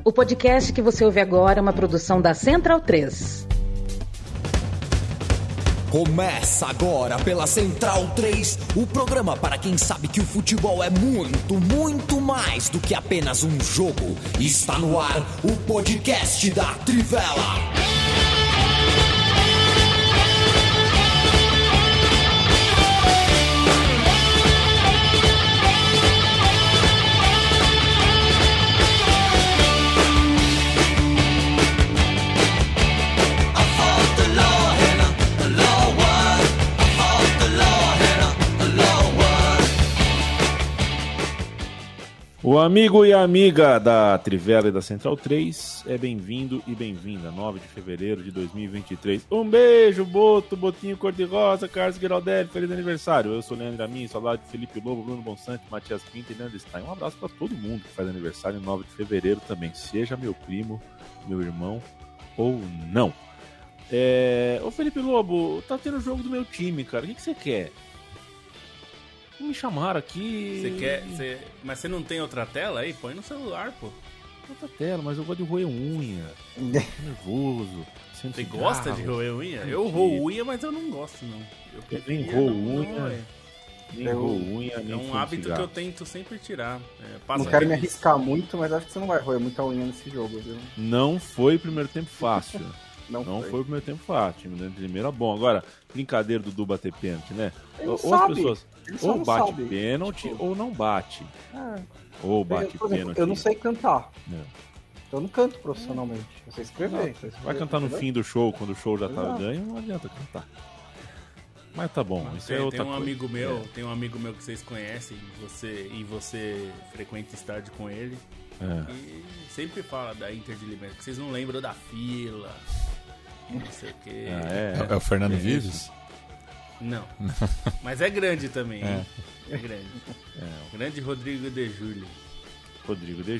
O podcast que você ouve agora é uma produção da Central 3. Começa agora pela Central 3, o programa para quem sabe que o futebol é muito, muito mais do que apenas um jogo. Está no ar o podcast da Trivela. O amigo e a amiga da Trivela e da Central 3 é bem-vindo e bem-vinda, 9 de fevereiro de 2023. Um beijo, Boto, Botinho Cor-de-Rosa, Carlos Giraldelli, feliz aniversário. Eu sou Leandro Amin, saudade de Felipe Lobo, Bruno Bonsante, Matias Pinto e Leandro Stein. Um abraço para todo mundo que faz aniversário em 9 de fevereiro também, seja meu primo, meu irmão ou não. Ô Felipe Lobo, tá tendo o jogo do meu time, cara, o que você quer? Me chamaram aqui. Você quer. Mas você não tem outra tela aí? Põe no celular, pô. Outra tela, mas eu gosto de roer unha. Tô nervoso. Você gosta de roer unha? Eu roo unha, mas eu não gosto, não. Eu nem roo unha. Nem roo unha. É um hábito que eu tento sempre tirar. Não quero me arriscar muito, mas acho que você não vai roer muita unha nesse jogo, viu? Não foi o primeiro tempo fácil. Não foi o primeiro tempo fácil. O primeiro era bom. Agora, brincadeira do Dudu bater pênalti, né? Ou as pessoas. Ou bate pênalti ou não bate. Ou bate pênalti. Eu não sei cantar. Eu não canto profissionalmente. Eu sei escrever. Vai cantar no fim do show, quando o show já tá ganho, não adianta cantar. Mas tá bom, isso é outra coisa. Tem um amigo meu que vocês conhecem, você frequenta estádio com ele. E sempre fala da Inter de Limeira, que vocês não lembram da fila. Não sei o quê. É o Fernando Vives? Não. Mas é grande também, hein? É grande. Grande Rodrigo de Júlio. Rodrigo de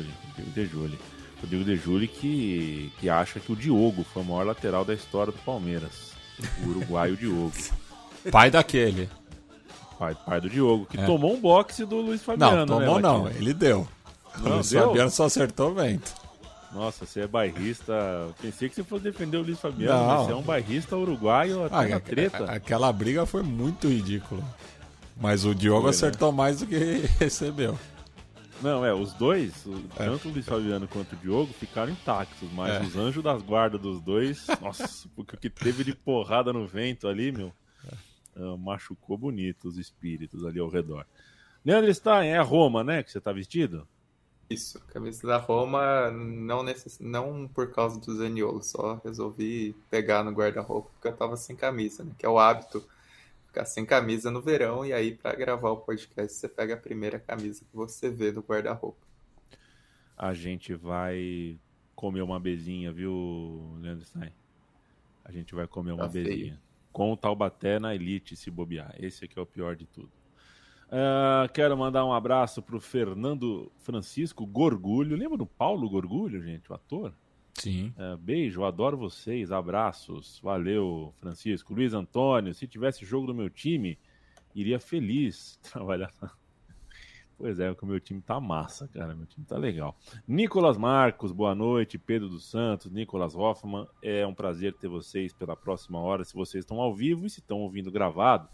Júlio que acha que o Diogo foi o maior lateral da história do Palmeiras. O uruguaio Diogo. Pai daquele. Pai do Diogo, que tomou um boxe do Luiz Fabiano. Não, tomou não, ele deu. O Luiz Fabiano só acertou o vento. Nossa, você é bairrista. Pensei que você fosse defender o Luiz Fabiano, mas você é um bairrista uruguaio até na treta. Aquela briga foi muito ridícula. Mas o Diogo acertou mais do que recebeu. Não, os dois, tanto o Luiz Fabiano quanto o Diogo, ficaram intactos, mas os anjos das guardas dos dois, nossa, porque o que teve de porrada no vento ali, machucou bonito os espíritos ali ao redor. Leandro Stein, é a Roma, né, que você tá vestido? Isso, camisa da Roma, não por causa do Zaniolo, só resolvi pegar no guarda-roupa porque eu tava sem camisa, né? Que é o hábito, ficar sem camisa no verão, e aí pra gravar o podcast você pega a primeira camisa que você vê do guarda-roupa. A gente vai comer uma bezinha, viu, Leandro Stein? A gente vai comer uma bezinha. Com o Taubaté na elite, se bobear. Esse aqui é o pior de tudo. Quero mandar um abraço pro Fernando Francisco Gorgulho. Lembra do Paulo Gorgulho, gente, o ator? Sim. Beijo, adoro vocês, abraços. Valeu, Francisco. Luiz Antônio, se tivesse jogo do meu time, iria feliz trabalhar. Pois é, porque o meu time tá massa, cara. Meu time tá legal. Nicolas Marcos, boa noite. Pedro dos Santos, Nicolas Hoffman. É um prazer ter vocês pela próxima hora, se vocês estão ao vivo e se estão ouvindo gravado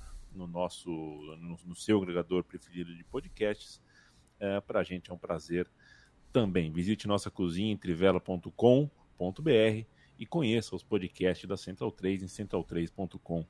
no seu agregador preferido de podcasts. Para a gente é um prazer também. Visite nossa cozinha em trivela.com.br e conheça os podcasts da Central 3 em central3.com.br.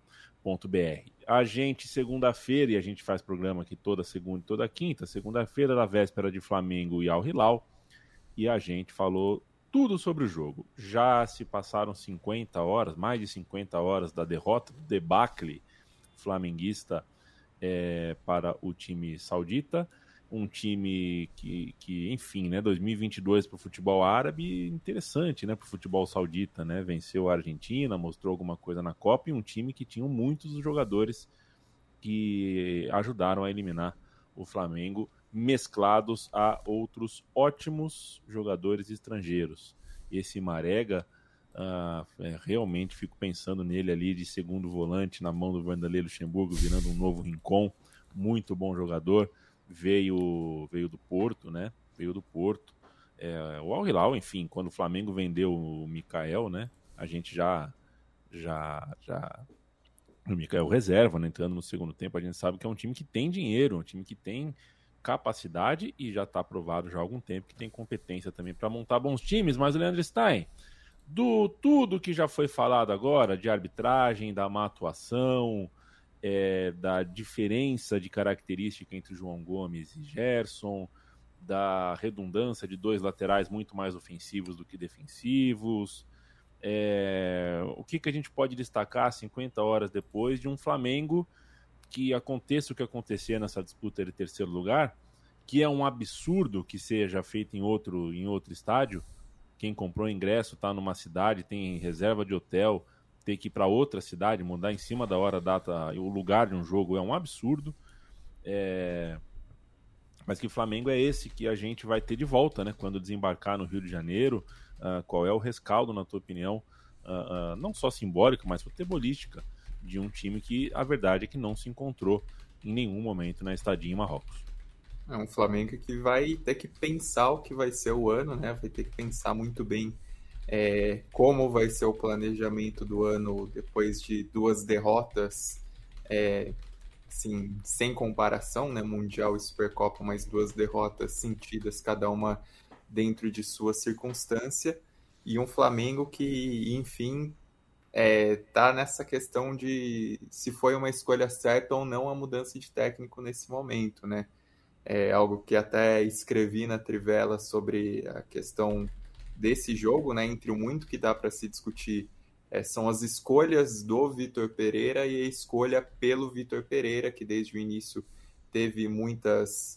A gente, segunda-feira, e a gente faz programa aqui toda segunda e toda quinta, segunda-feira da véspera de Flamengo e Al Hilal, e a gente falou tudo sobre o jogo. Já se passaram 50 horas, mais de 50 horas da derrota, do debacle flamenguista para o time saudita, um time que enfim, né, 2022 para o futebol árabe, interessante, né, para o futebol saudita, né, venceu a Argentina, mostrou alguma coisa na Copa, e um time que tinha muitos jogadores que ajudaram a eliminar o Flamengo, mesclados a outros ótimos jogadores estrangeiros. Esse Marega, realmente fico pensando nele ali de segundo volante na mão do Vanderlei Luxemburgo, virando um novo Rincon, muito bom jogador, veio do Porto, né? Veio do Porto, O Al Hilal, enfim, quando o Flamengo vendeu o Mikael, né? A gente já o Mikael reserva, né, entrando no segundo tempo, a gente sabe que é um time que tem dinheiro, um time que tem capacidade e já está aprovado já há algum tempo que tem competência também para montar bons times. Mas o Leandro Stein, do tudo que já foi falado agora, de arbitragem, da má atuação, da diferença de característica entre João Gomes e Gerson, da redundância de 2 laterais muito mais ofensivos do que defensivos, o que a gente pode destacar 50 horas depois de um Flamengo que aconteça o que acontecer nessa disputa de terceiro lugar, que é um absurdo que seja feito em outro estádio. Quem comprou ingresso está numa cidade, tem reserva de hotel, ter que ir para outra cidade, mudar em cima da hora, a data, o lugar de um jogo, é um absurdo. Mas que o Flamengo é esse que a gente vai ter de volta, né? Quando desembarcar no Rio de Janeiro. Qual é o rescaldo, na tua opinião, não só simbólico, mas futebolística, de um time que a verdade é que não se encontrou em nenhum momento na estadia em Marrocos? É um Flamengo que vai ter que pensar o que vai ser o ano, né? Vai ter que pensar muito bem como vai ser o planejamento do ano depois de 2 derrotas, assim, sem comparação, né? Mundial e Supercopa, mas 2 derrotas sentidas, cada uma dentro de sua circunstância, e um Flamengo que, enfim, tá nessa questão de se foi uma escolha certa ou não a mudança de técnico nesse momento, né? É algo que até escrevi na Trivela sobre a questão desse jogo, né? Entre o muito que dá para se discutir, são as escolhas do Vitor Pereira e a escolha pelo Vitor Pereira, que desde o início teve muitos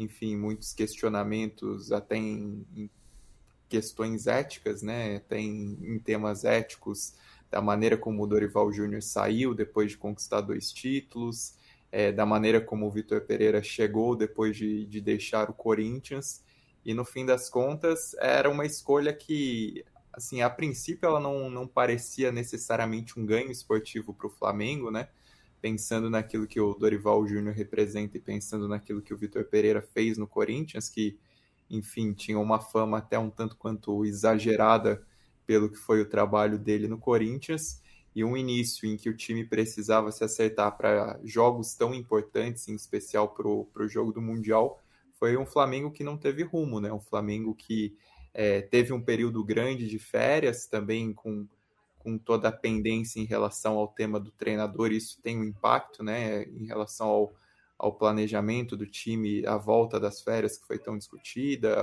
questionamentos, até em questões éticas, né? Até em temas éticos, da maneira como o Dorival Júnior saiu depois de conquistar 2 títulos, da maneira como o Vitor Pereira chegou depois de deixar o Corinthians, e no fim das contas era uma escolha que, assim, a princípio ela não parecia necessariamente um ganho esportivo para o Flamengo, né? Pensando naquilo que o Dorival Júnior representa e pensando naquilo que o Vitor Pereira fez no Corinthians, que, enfim, tinha uma fama até um tanto quanto exagerada pelo que foi o trabalho dele no Corinthians, e um início em que o time precisava se acertar para jogos tão importantes, em especial para o jogo do Mundial, foi um Flamengo que não teve rumo, né? Um Flamengo que teve um período grande de férias, também com toda a pendência em relação ao tema do treinador. Isso tem um impacto, né, em relação ao planejamento do time, a volta das férias que foi tão discutida,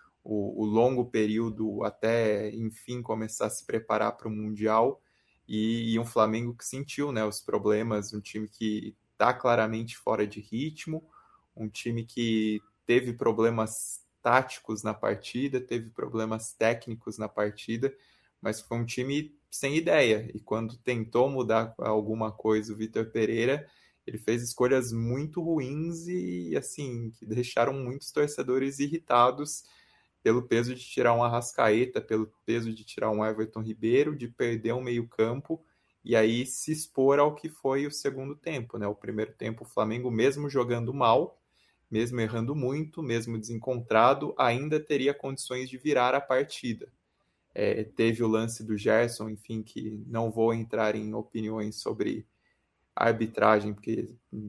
o longo período até, enfim, começar a se preparar para o Mundial, e um Flamengo que sentiu, né, os problemas, um time que está claramente fora de ritmo, um time que teve problemas táticos na partida, teve problemas técnicos na partida, mas foi um time sem ideia, e quando tentou mudar alguma coisa o Vitor Pereira, ele fez escolhas muito ruins e, assim, que deixaram muitos torcedores irritados pelo peso de tirar um Arrascaeta, pelo peso de tirar um Everton Ribeiro, de perder um meio-campo e aí se expor ao que foi o segundo tempo, né? O primeiro tempo, o Flamengo, mesmo jogando mal, mesmo errando muito, mesmo desencontrado, ainda teria condições de virar a partida. Teve o lance do Gerson, enfim, que não vou entrar em opiniões sobre arbitragem, porque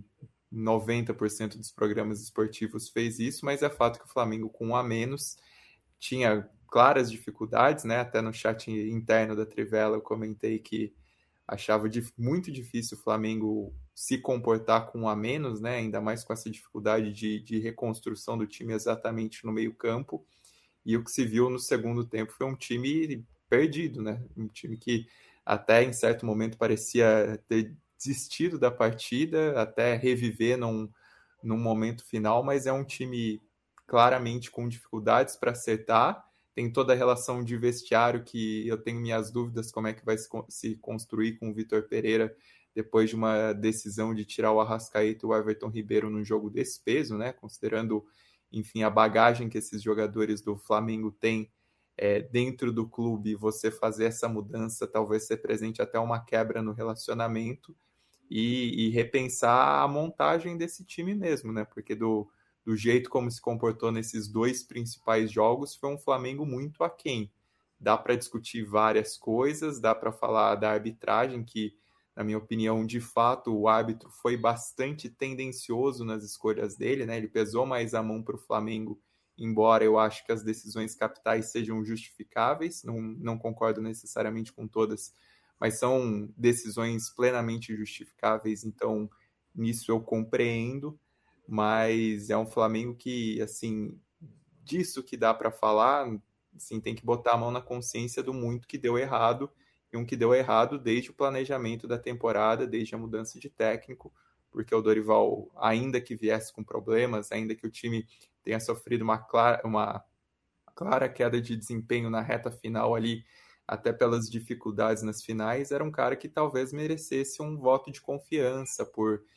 90% dos programas esportivos fez isso, mas é fato que o Flamengo, com 1 a menos, tinha claras dificuldades, né? Até no chat interno da Trivela eu comentei que achava muito difícil o Flamengo se comportar com 1 a menos, né? Ainda mais com essa dificuldade de reconstrução do time exatamente no meio-campo. E o que se viu no segundo tempo foi um time perdido, né? Um time que até em certo momento parecia ter desistido da partida, até reviver num momento final, mas é um time claramente com dificuldades para acertar, tem toda a relação de vestiário que eu tenho minhas dúvidas como é que vai se construir com o Vitor Pereira depois de uma decisão de tirar o Arrascaeta e o Everton Ribeiro num jogo desse peso, né? Considerando, enfim, a bagagem que esses jogadores do Flamengo têm dentro do clube, você fazer essa mudança talvez represente até uma quebra no relacionamento e repensar a montagem desse time mesmo, né? Porque do do jeito como se comportou nesses 2 principais jogos, foi um Flamengo muito aquém. Dá para discutir várias coisas, dá para falar da arbitragem, que, na minha opinião, de fato, o árbitro foi bastante tendencioso nas escolhas dele, né? Ele pesou mais a mão para o Flamengo, embora eu acho que as decisões capitais sejam justificáveis, não concordo necessariamente com todas, mas são decisões plenamente justificáveis, então nisso eu compreendo, mas é um Flamengo que, assim, disso que dá para falar, assim, tem que botar a mão na consciência do muito que deu errado, e um que deu errado desde o planejamento da temporada, desde a mudança de técnico, porque o Dorival, ainda que viesse com problemas, ainda que o time tenha sofrido uma clara queda de desempenho na reta final ali, até pelas dificuldades nas finais, era um cara que talvez merecesse um voto de confiança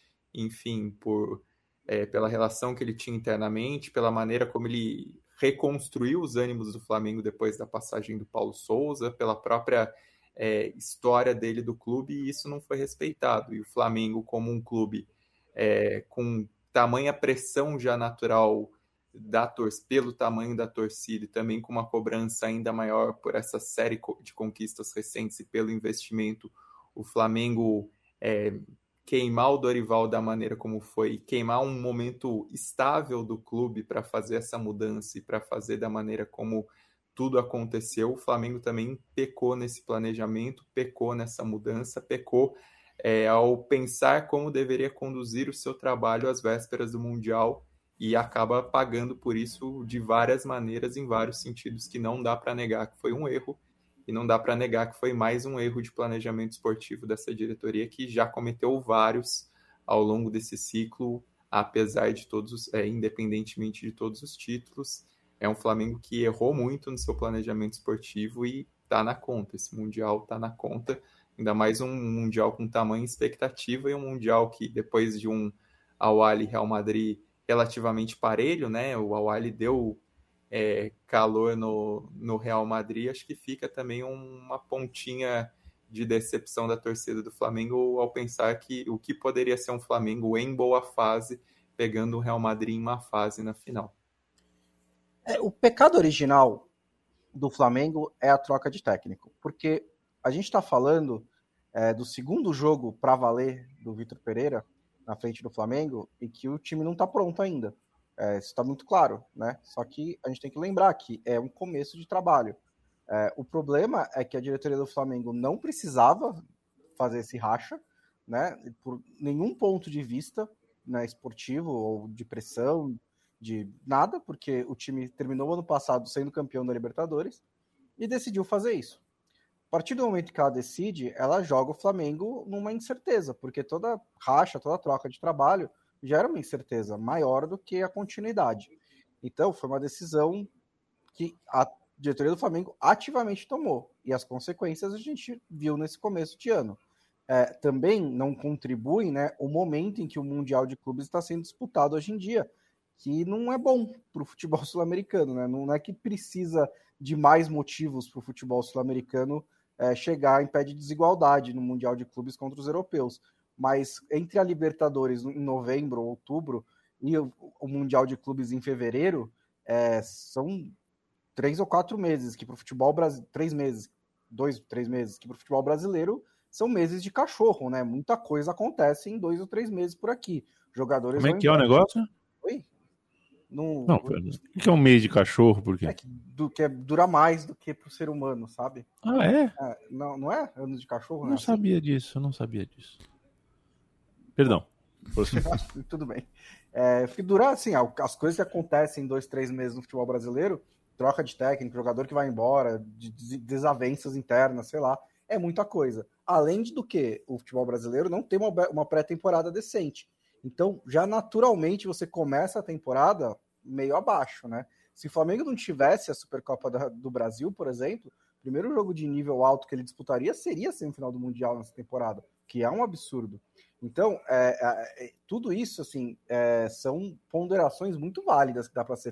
pela relação que ele tinha internamente, pela maneira como ele reconstruiu os ânimos do Flamengo depois da passagem do Paulo Souza, pela própria história dele do clube, e isso não foi respeitado. E o Flamengo, como um clube com tamanha pressão já natural pelo tamanho da torcida e também com uma cobrança ainda maior por essa série de conquistas recentes e pelo investimento, o Flamengo queimar o Dorival da maneira como foi, queimar um momento estável do clube para fazer essa mudança e para fazer da maneira como tudo aconteceu, o Flamengo também pecou nesse planejamento, pecou nessa mudança, pecou ao pensar como deveria conduzir o seu trabalho às vésperas do Mundial, e acaba pagando por isso de várias maneiras, em vários sentidos, que não dá para negar que foi um erro, e não dá para negar que foi mais um erro de planejamento esportivo dessa diretoria, que já cometeu vários ao longo desse ciclo, apesar de todos, independentemente de todos os títulos. É um Flamengo que errou muito no seu planejamento esportivo e está na conta. Esse Mundial está na conta, ainda mais um Mundial com tamanha expectativa, e um Mundial que, depois de um Al-Ahly Real Madrid relativamente parelho, né? O Al-Ahly deu calor no Real Madrid, acho que fica também uma pontinha de decepção da torcida do Flamengo ao pensar que o que poderia ser um Flamengo em boa fase, pegando o Real Madrid em má fase na final. O pecado original do Flamengo é a troca de técnico, porque a gente está falando do segundo jogo para valer do Vitor Pereira na frente do Flamengo, e que o time não está pronto ainda. Isso está muito claro, né? Só que a gente tem que lembrar que é um começo de trabalho. O problema é que a diretoria do Flamengo não precisava fazer esse racha, né? Por nenhum ponto de vista, né, esportivo ou de pressão, de nada, porque o time terminou ano passado sendo campeão da Libertadores e decidiu fazer isso. A partir do momento que ela decide, ela joga o Flamengo numa incerteza, porque toda racha, toda troca de trabalho já era uma incerteza maior do que a continuidade. Então, foi uma decisão que a diretoria do Flamengo ativamente tomou, e as consequências a gente viu nesse começo de ano. Também não contribui, né, o momento em que o Mundial de Clubes está sendo disputado hoje em dia, que não é bom para o futebol sul-americano, né? Não é que precisa de mais motivos para o futebol sul-americano chegar em pé de desigualdade no Mundial de Clubes contra os europeus. Mas entre a Libertadores em novembro ou outubro e o Mundial de Clubes em fevereiro, são 3 ou 4 meses que para o futebol brasileiro, 3 meses, 2, 3 meses que para o futebol brasileiro são meses de cachorro, né? Muita coisa acontece em 2 ou 3 meses por aqui. Jogadores. Como é que é o negócio? Oi? Não, o que é um mês de cachorro? Por quê? Que dura mais do que pro ser humano, sabe? Ah, é? Não é? Ano de cachorro? Não sabia disso, eu não sabia disso. Perdão. Tudo bem. Porque durar, assim, as coisas que acontecem em 2, 3 meses no futebol brasileiro, troca de técnico, jogador que vai embora, desavenças internas, sei lá, é muita coisa. Além do que o futebol brasileiro não tem uma pré-temporada decente. Então, já naturalmente, você começa a temporada meio abaixo, né? Se o Flamengo não tivesse a Supercopa do Brasil, por exemplo, o primeiro jogo de nível alto que ele disputaria seria a semifinal do Mundial nessa temporada, que é um absurdo. Então, tudo isso, assim, são ponderações muito válidas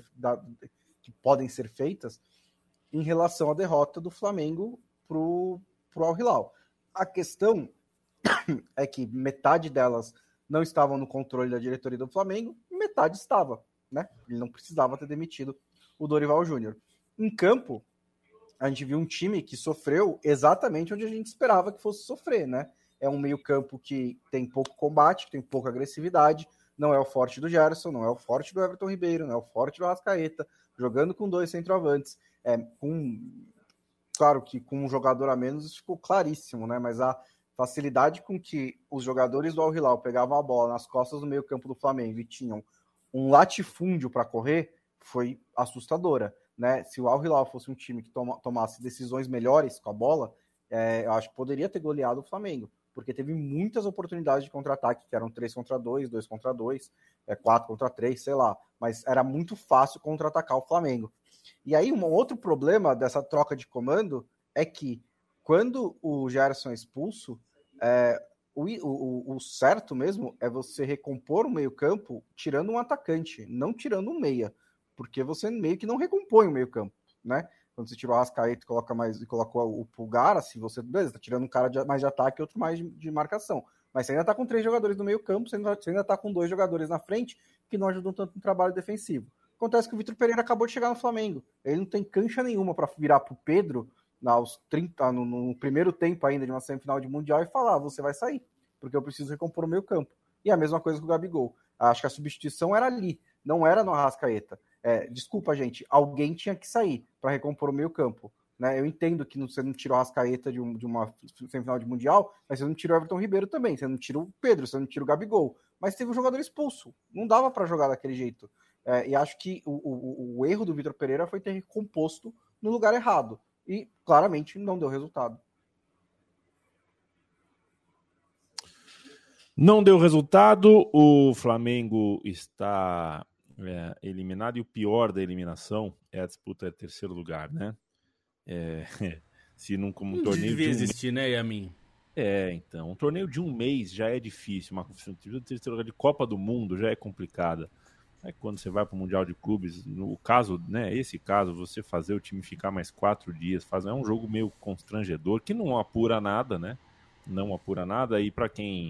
que podem ser feitas em relação à derrota do Flamengo pro Al Hilal. A questão é que metade delas não estavam no controle da diretoria do Flamengo, e metade estava. né? Ele não precisava ter demitido o Dorival Júnior. Em campo, a gente viu um time que sofreu exatamente onde a gente esperava que fosse sofrer, né? É um meio-campo que tem pouco combate, que tem pouca agressividade, não é o forte do Gerson, não é o forte do Everton Ribeiro, não é o forte do Arrascaeta, jogando com 2 centroavantes, claro que com um jogador a menos isso ficou claríssimo, né? Mas a facilidade com que os jogadores do Al Hilal pegavam a bola nas costas do meio-campo do Flamengo e tinham um latifúndio para correr foi assustadora, né? Se o Al Hilal fosse um time que tomasse decisões melhores com a bola, eu acho que poderia ter goleado o Flamengo, porque teve muitas oportunidades de contra-ataque, que eram 3 contra 2, 2 contra 2, 4 contra 3, sei lá, mas era muito fácil contra-atacar o Flamengo. E aí um outro problema dessa troca de comando é que quando o Gerson é expulso, o certo mesmo é você recompor o meio-campo tirando um atacante, não tirando um meia, porque você meio que não recompõe o meio-campo, né? Quando você tira o Arrascaeta e coloca o Pulgar, assim, você, beleza, tá tirando um cara mais de ataque e outro mais de marcação. Mas você ainda tá com 3 jogadores no meio-campo, você ainda tá com 2 jogadores na frente que não ajudam tanto no trabalho defensivo. Acontece que o Vitor Pereira acabou de chegar no Flamengo. Ele não tem cancha nenhuma para virar pro Pedro aos 30, no primeiro tempo ainda de uma semifinal de Mundial e falar, você vai sair, porque eu preciso recompor o meio campo. E a mesma coisa com o Gabigol. Acho que a substituição era ali, não era no Arrascaeta. Desculpa, gente, alguém tinha que sair para recompor o meio campo. Né? Eu entendo que você não tira o Arrascaeta de uma semifinal de Mundial, mas você não tira o Everton Ribeiro também, você não tira o Pedro, você não tira o Gabigol. Mas teve um jogador expulso, não dava para jogar daquele jeito. E acho que o erro do Vitor Pereira foi ter recomposto no lugar errado. E claramente não deu resultado. Não deu resultado, o Flamengo está eliminado e o pior da eliminação é a disputa de terceiro lugar, né? Se não como um torneio devia existir, né, Yamin? Então, um torneio de um mês já é difícil, uma terceiro lugar de Copa do Mundo já é complicada. Quando você vai para o Mundial de Clubes, no caso, né, esse caso, você fazer o time ficar mais 4 dias, é um jogo meio constrangedor, que não apura nada, né? Não apura nada, e para quem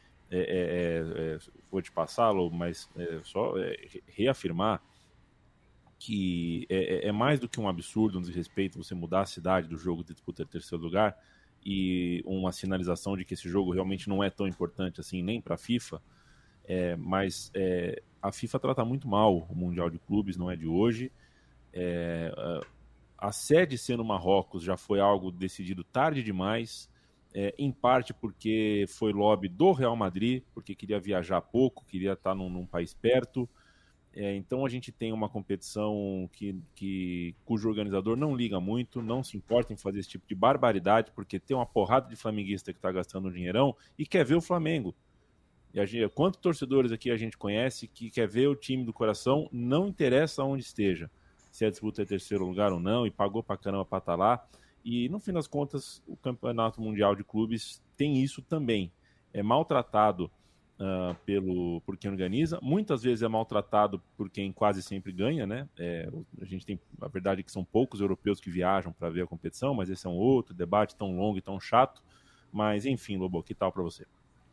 vou te passá-lo, mas só reafirmar que é mais do que um absurdo, um desrespeito você mudar a cidade do jogo de disputa de terceiro lugar e uma sinalização de que esse jogo realmente não é tão importante assim nem para a FIFA, mas a FIFA trata muito mal o Mundial de Clubes, não é de hoje. A sede ser no Marrocos já foi algo decidido tarde demais, em parte porque foi lobby do Real Madrid, porque queria viajar pouco, queria estar num país perto. Então a gente tem uma competição cujo organizador não liga muito, não se importa em fazer esse tipo de barbaridade, porque tem uma porrada de flamenguista que está gastando dinheirão e quer ver o Flamengo. E quantos torcedores aqui a gente conhece que quer ver o time do coração, não interessa onde esteja, se a disputa é terceiro lugar ou não, e pagou pra caramba pra estar lá. E no fim das contas, o Campeonato Mundial de Clubes tem isso também. É maltratado por quem organiza, muitas vezes é maltratado por quem quase sempre ganha, né? A gente tem, a verdade é que são poucos europeus que viajam para ver a competição, mas esse é um outro debate tão longo e tão chato. Mas enfim, Lobo, que tal para você?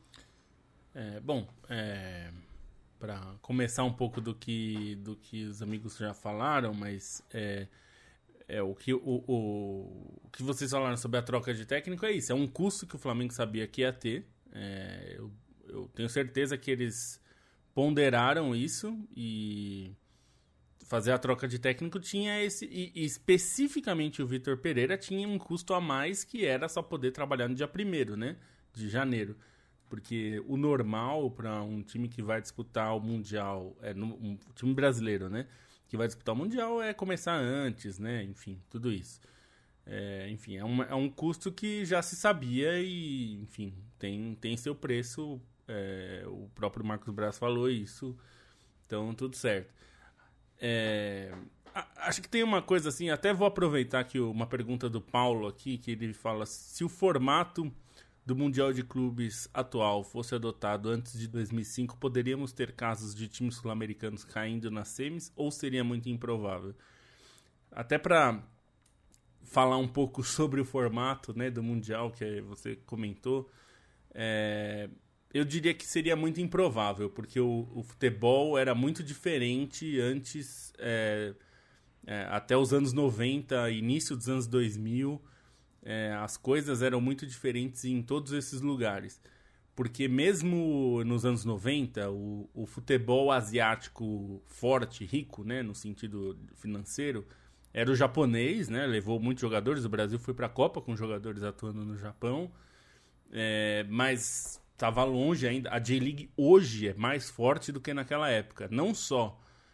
Para começar um pouco do que os amigos já falaram, mas o que vocês falaram sobre a troca de técnico é isso, é um custo que o Flamengo sabia que ia ter. Eu tenho certeza que eles ponderaram isso e fazer a troca de técnico tinha e especificamente o Vitor Pereira tinha um custo a mais, que era só poder trabalhar no dia 1º, né, de janeiro. Porque o normal para um time que vai disputar o Mundial, um time brasileiro, né, que vai disputar o Mundial é começar antes, né, enfim, tudo isso. É um custo que já se sabia e, enfim, tem seu preço. O próprio Marcos Braz falou isso, então tudo certo. Acho que tem uma coisa assim, até vou aproveitar aqui uma pergunta do Paulo aqui, que ele fala: se o formato do Mundial de Clubes atual fosse adotado antes de 2005, poderíamos ter casos de times sul-americanos caindo nas semis, ou seria muito improvável? Até para falar um pouco sobre o formato, né, do Mundial, que você comentou, eu diria que seria muito improvável, porque o futebol era muito diferente antes, até os anos 90, início dos anos 2000, as coisas eram muito diferentes em todos esses lugares. Porque mesmo nos anos 90, o futebol asiático forte, rico, né, no sentido financeiro, era o japonês, né, levou muitos jogadores, o Brasil foi para a Copa com jogadores atuando no Japão, mas estava longe ainda. A J-League hoje é mais forte do que naquela época. Não só.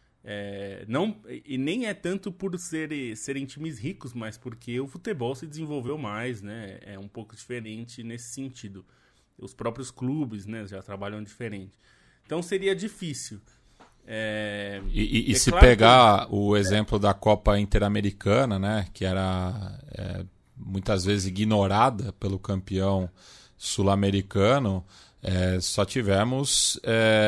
E nem é tanto por serem times ricos, mas porque o futebol se desenvolveu mais, né? É um pouco diferente nesse sentido. Os próprios clubes, né, já trabalham diferente. Então seria difícil. Se claro pegar o exemplo da Copa Interamericana, né, que era muitas vezes ignorada pelo campeão sul-americano, só tivemos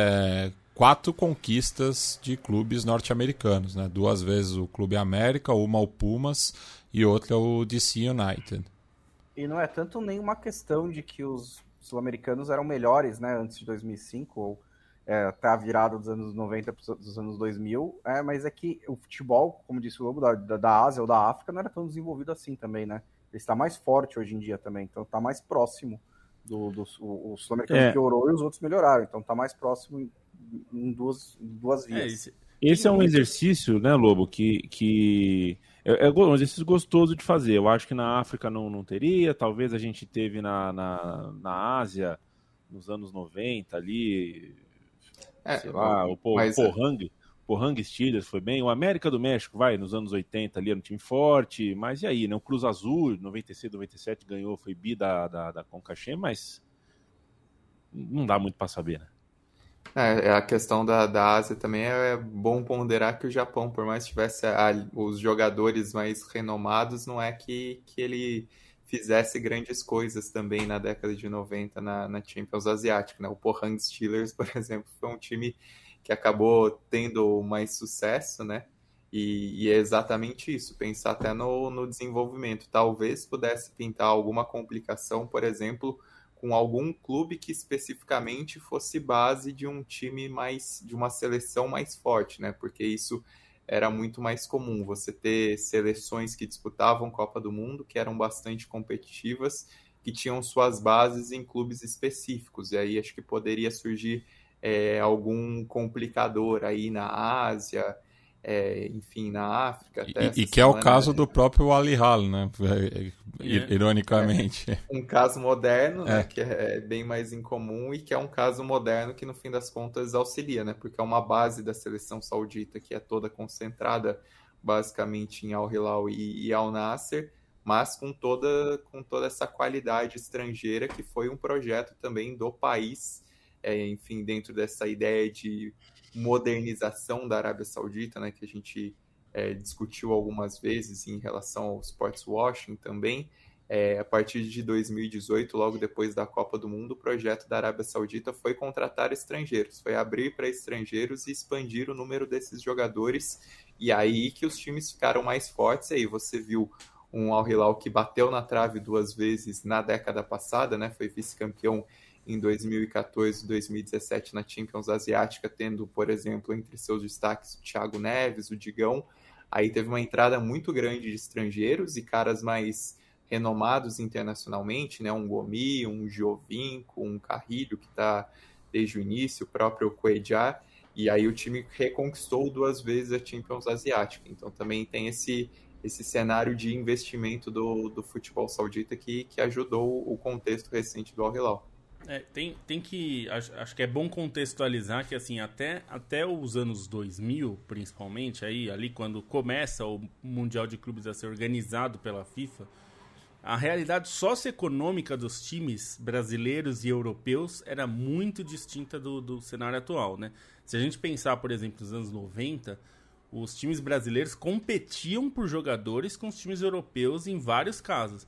4 conquistas de clubes norte-americanos, né? 2 vezes o Clube América, uma o Pumas e outra o DC United. E não é tanto nenhuma questão de que os sul-americanos eram melhores, né, antes de 2005, ou até a virada dos anos 90 dos anos 2000, mas é que o futebol, como disse o Lobo, da Ásia ou da África, não era tão desenvolvido assim também, né? Ele está mais forte hoje em dia também, então está mais próximo o sul-americano piorou e os outros melhoraram, então está mais próximo em duas vias. Esse é um exercício, né, Lobo, que é um exercício gostoso de fazer. Eu acho que na África não teria, talvez a gente teve na Ásia, nos anos 90 ali, sei lá, o Pohang Steelers foi bem, o América do México, nos anos 80 ali era um time forte, mas e aí, né, o Cruz Azul, 96, 97 ganhou, foi bi da CONCACHEF, mas não dá muito para saber, né? A questão da Ásia também é bom ponderar que o Japão, por mais que tivesse os jogadores mais renomados, não é que ele fizesse grandes coisas também na década de 90 na Champions Asiática, né? O Pohang Steelers, por exemplo, foi um time que acabou tendo mais sucesso, né? E é exatamente isso, pensar até no desenvolvimento. Talvez pudesse pintar alguma complicação, por exemplo, com algum clube que especificamente fosse base de um time de uma seleção mais forte, né? Porque isso era muito mais comum, você ter seleções que disputavam Copa do Mundo, que eram bastante competitivas, que tinham suas bases em clubes específicos, e aí acho que poderia surgir algum complicador aí na Ásia, enfim, na África. Até e que é o caso do próprio Al Hilal, né? Ironicamente. Um caso moderno, né? Que é bem mais incomum e que é um caso moderno que no fim das contas auxilia, né? Porque é uma base da seleção saudita que é toda concentrada basicamente em Al Hilal e Al Nassr, mas com toda essa qualidade estrangeira que foi um projeto também do país, enfim, dentro dessa ideia de modernização da Arábia Saudita, né, que a gente discutiu algumas vezes em relação ao sports washing também. A partir de 2018, logo depois da Copa do Mundo, o projeto da Arábia Saudita foi contratar estrangeiros, foi abrir para estrangeiros e expandir o número desses jogadores, e aí que os times ficaram mais fortes. Aí você viu um Al Hilal que bateu na trave 2 vezes na década passada, né, foi vice-campeão em 2014 e 2017 na Champions Asiática, tendo, por exemplo, entre seus destaques o Thiago Neves, o Digão. Aí teve uma entrada muito grande de estrangeiros e caras mais renomados internacionalmente, né? Um Gomi, um Giovinco, um Carrilho, que está desde o início, o próprio Cuéllar. E aí o time reconquistou 2 vezes a Champions Asiática. Então também tem esse cenário de investimento do futebol saudita que ajudou o contexto recente do Al Hilal. Acho que é bom contextualizar que assim, até os anos 2000, principalmente, ali quando começa o Mundial de Clubes a ser organizado pela FIFA, a realidade socioeconômica dos times brasileiros e europeus era muito distinta do cenário atual, né? Se a gente pensar, por exemplo, nos anos 90, os times brasileiros competiam por jogadores com os times europeus em vários casos.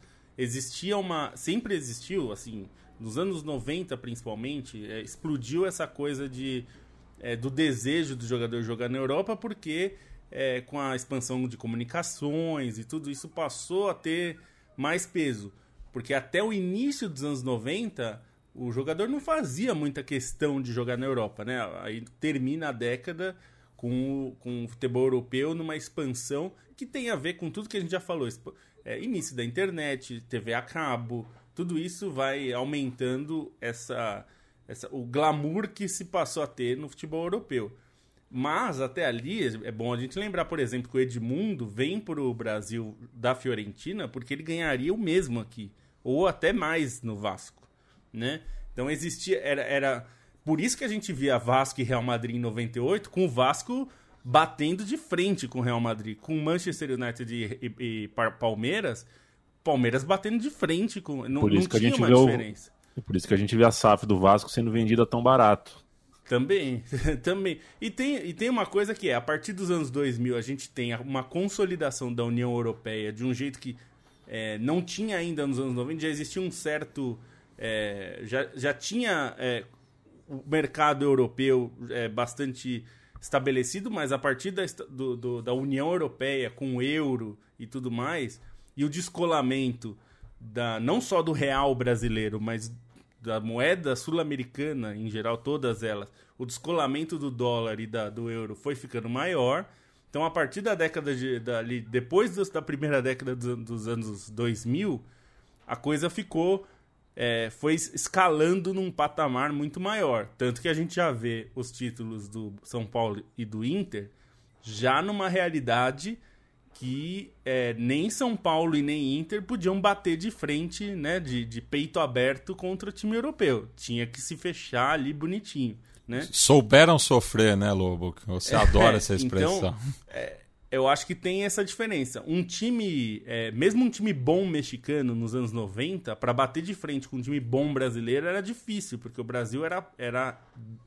Sempre existiu, assim, nos anos 90 principalmente, explodiu essa coisa do desejo do jogador jogar na Europa, porque com a expansão de comunicações e tudo isso passou a ter mais peso. Porque até o início dos anos 90, o jogador não fazia muita questão de jogar na Europa, né? Aí termina a década com o futebol europeu numa expansão que tem a ver com tudo que a gente já falou. Início da internet, TV a cabo, tudo isso vai aumentando o glamour que se passou a ter no futebol europeu. Mas até ali, é bom a gente lembrar, por exemplo, que o Edmundo vem para o Brasil da Fiorentina porque ele ganharia o mesmo aqui, ou até mais no Vasco, né? Então existia, era por isso que a gente via Vasco e Real Madrid em 98, com o Vasco batendo de frente com o Real Madrid, com o Manchester United e Palmeiras batendo de frente, não tinha uma diferença. Por isso que a gente vê a SAF do Vasco sendo vendida tão barato. Também. E tem uma coisa que a partir dos anos 2000, a gente tem uma consolidação da União Europeia de um jeito que não tinha ainda nos anos 90, já existia um certo... já tinha o mercado europeu bastante estabelecido, mas a partir da União Europeia, com o euro e tudo mais, e o descolamento não só do real brasileiro, mas da moeda sul-americana, em geral, todas elas, o descolamento do dólar e do euro foi ficando maior. Então, a partir da década depois da primeira década dos anos 2000, a coisa foi escalando num patamar muito maior. Tanto que a gente já vê os títulos do São Paulo e do Inter já numa realidade que nem São Paulo e nem Inter podiam bater de frente, né, de peito aberto contra o time europeu. Tinha que se fechar ali bonitinho, né? Souberam sofrer, né, Lobo? Você adora essa expressão. Então, eu acho que tem essa diferença. Um time, mesmo um time bom mexicano nos anos 90, para bater de frente com um time bom brasileiro era difícil, porque o Brasil era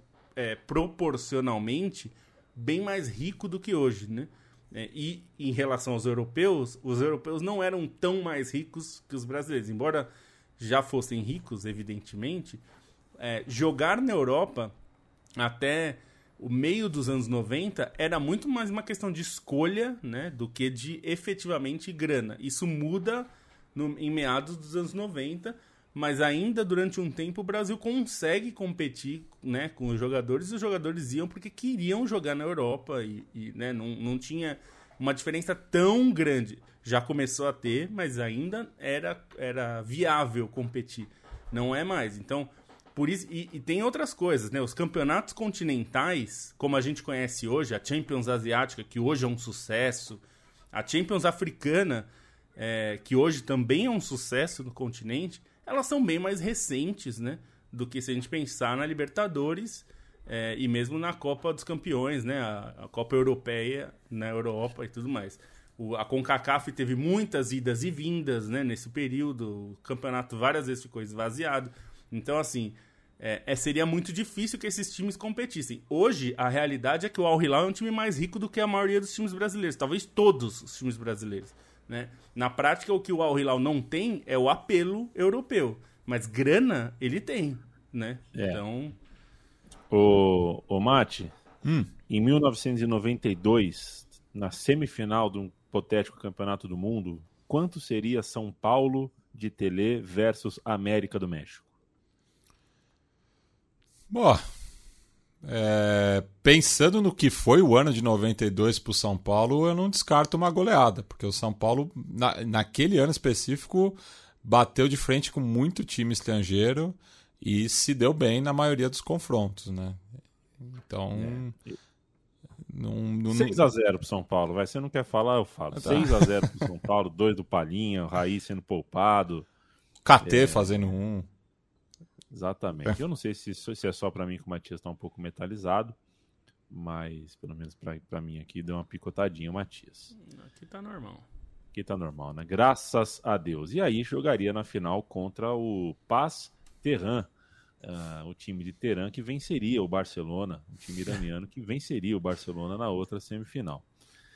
proporcionalmente bem mais rico do que hoje, né? E em relação aos europeus, os europeus não eram tão mais ricos que os brasileiros. Embora já fossem ricos, evidentemente, jogar na Europa até o meio dos anos 90 era muito mais uma questão de escolha, né, do que de efetivamente grana. Isso muda em meados dos anos 90, mas ainda durante um tempo o Brasil consegue competir, né, com os jogadores, e os jogadores iam porque queriam jogar na Europa e né, não tinha uma diferença tão grande. Já começou a ter, mas ainda era viável competir. Não é mais. Então, por isso, e tem outras coisas, né? Os campeonatos continentais, como a gente conhece hoje, a Champions Asiática, que hoje é um sucesso, a Champions Africana, que hoje também é um sucesso no continente, elas são bem mais recentes, né, do que se a gente pensar na Libertadores e mesmo na Copa dos Campeões, né, a Copa Europeia na Europa e tudo mais. A CONCACAF teve muitas idas e vindas, né, nesse período, o campeonato várias vezes ficou esvaziado. Então, assim, seria muito difícil que esses times competissem. Hoje, a realidade é que o Al Hilal é um time mais rico do que a maioria dos times brasileiros, talvez todos os times brasileiros, né? Na prática, o que o Al Hilal não tem é o apelo europeu, mas grana ele tem, né? Então... Ô Mate, em 1992, na semifinal de um hipotético campeonato do mundo, quanto seria São Paulo de Tele versus América do México? Bom, pensando no que foi o ano de 92 para o São Paulo, eu não descarto uma goleada, porque o São Paulo, naquele ano específico, bateu de frente com muito time estrangeiro e se deu bem na maioria dos confrontos, né? Então... 6-0 pro São Paulo, você não quer falar, eu falo. 6-0 pro São Paulo, 2 do Palinha, o Raí sendo poupado. KT fazendo 1. Exatamente. Eu não sei se é só para mim que o Matias tá um pouco metalizado, mas pelo menos para mim aqui deu uma picotadinha o Matias. Aqui tá normal. Aqui tá normal, né? Graças a Deus. E aí jogaria na final contra o PAS Tehran, o time de Teherã que venceria o Barcelona, o time iraniano que venceria o Barcelona na outra semifinal.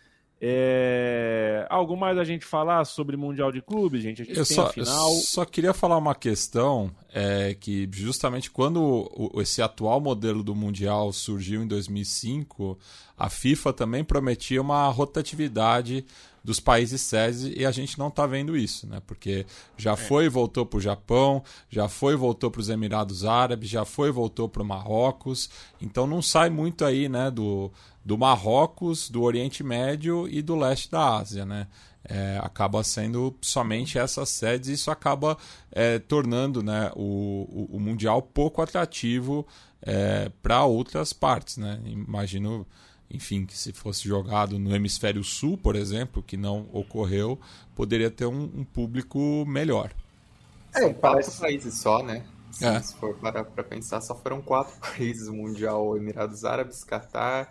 Algo mais a gente falar sobre Mundial de Clubes, gente? A gente tem a final. Eu só queria falar uma questão, que justamente quando esse atual modelo do Mundial surgiu em 2005, a FIFA também prometia uma rotatividade dos países sedes, e a gente não está vendo isso, né? Porque já foi e voltou para o Japão, já foi e voltou para os Emirados Árabes, já foi e voltou para o Marrocos, então não sai muito aí, né, do Marrocos, do Oriente Médio e do leste da Ásia, né? Acaba sendo somente essas sedes, e isso acaba tornando, né, o Mundial pouco atrativo para outras partes, né? Imagino, enfim, que se fosse jogado no Hemisfério Sul, por exemplo, que não ocorreu, poderia ter um público melhor. São 4 países só, né? Se for para pensar, só foram 4 países: o Mundial, Emirados Árabes, Catar,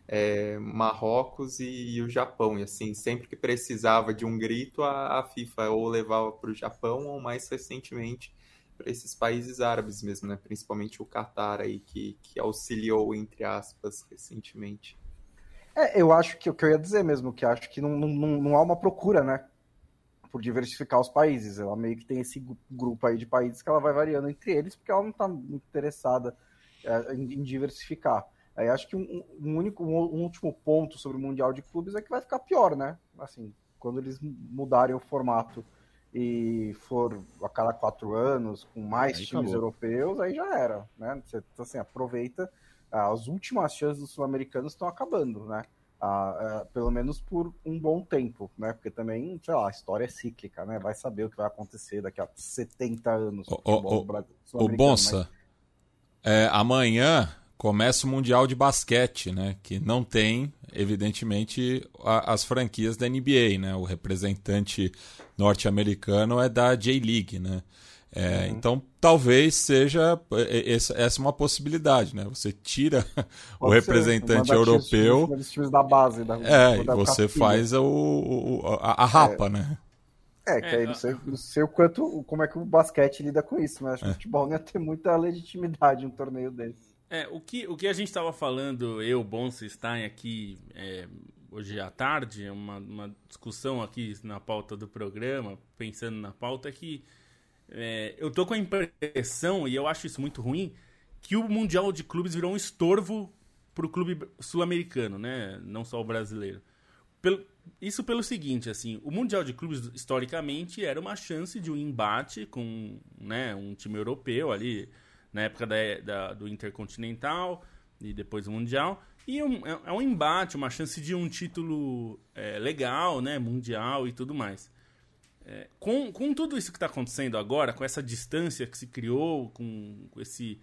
Marrocos e o Japão. E assim, sempre que precisava de um grito, a FIFA ou levava para o Japão, ou mais recentemente para esses países árabes mesmo, né? Principalmente o Catar aí, que auxiliou, entre aspas, recentemente. Eu acho que o que eu ia dizer mesmo, que acho que não há uma procura, né, por diversificar os países. Ela meio que tem esse grupo aí de países que ela vai variando entre eles, porque ela não está muito interessada em diversificar. Aí acho que um último ponto sobre o Mundial de Clubes é que vai ficar pior, né? Assim, quando eles mudarem o formato e for a cada 4 anos, com mais aí times europeus, aí já era, né? Você, assim, aproveita. As últimas chances dos sul-americanos estão acabando, né? Pelo menos por um bom tempo, né? Porque também, sei lá, a história é cíclica, né? Vai saber o que vai acontecer daqui a 70 anos. O Bonsa, amanhã começa o Mundial de Basquete, né? Que não tem, evidentemente, as franquias da NBA, né? O representante norte-americano é da J-League, né? Então, talvez seja essa uma possibilidade, né? Você tira o representante europeu, os times da base, e você faz a rapa, né? Que aí não sei como é que o basquete lida com isso, mas acho que o futebol não ia ter muita legitimidade em um torneio desse. O que a gente estava falando, eu, Bonsa, Stein, aqui hoje à tarde, uma discussão aqui na pauta do programa, pensando na pauta, é que eu tô com a impressão, e eu acho isso muito ruim, que o Mundial de Clubes virou um estorvo pro clube sul-americano, né? Não só o brasileiro. Isso pelo seguinte, assim, o Mundial de Clubes, historicamente, era uma chance de um embate com, né, um time europeu ali, na época do Intercontinental e depois do Mundial. E é um embate, uma chance de um título legal, né, mundial e tudo mais. Com tudo isso que está acontecendo agora, com essa distância que se criou, com esse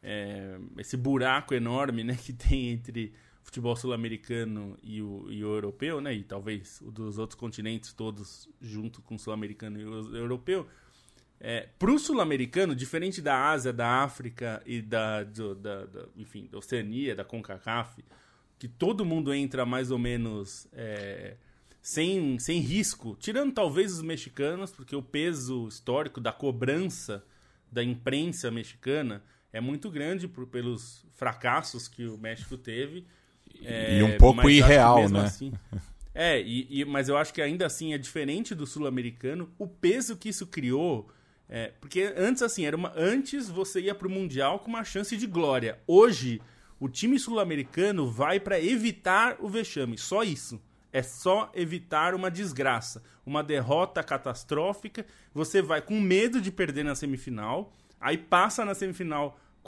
buraco enorme, né, que tem entre o futebol sul-americano e o europeu, né, e talvez o dos outros continentes todos junto com o sul-americano e o europeu, para o sul-americano, diferente da Ásia, da África e enfim, da Oceania, da CONCACAF, que todo mundo entra mais ou menos sem risco, tirando talvez os mexicanos, porque o peso histórico da cobrança da imprensa mexicana é muito grande pelos fracassos que o México teve. E um pouco irreal, né? Assim, mas eu acho que ainda assim é diferente do sul-americano. O peso que isso criou... porque antes, assim, antes você ia para o Mundial com uma chance de glória. Hoje, o time sul-americano vai para evitar o vexame. Só isso. É só evitar uma desgraça, uma derrota catastrófica. Você vai com medo de perder na semifinal, aí passa na semifinal com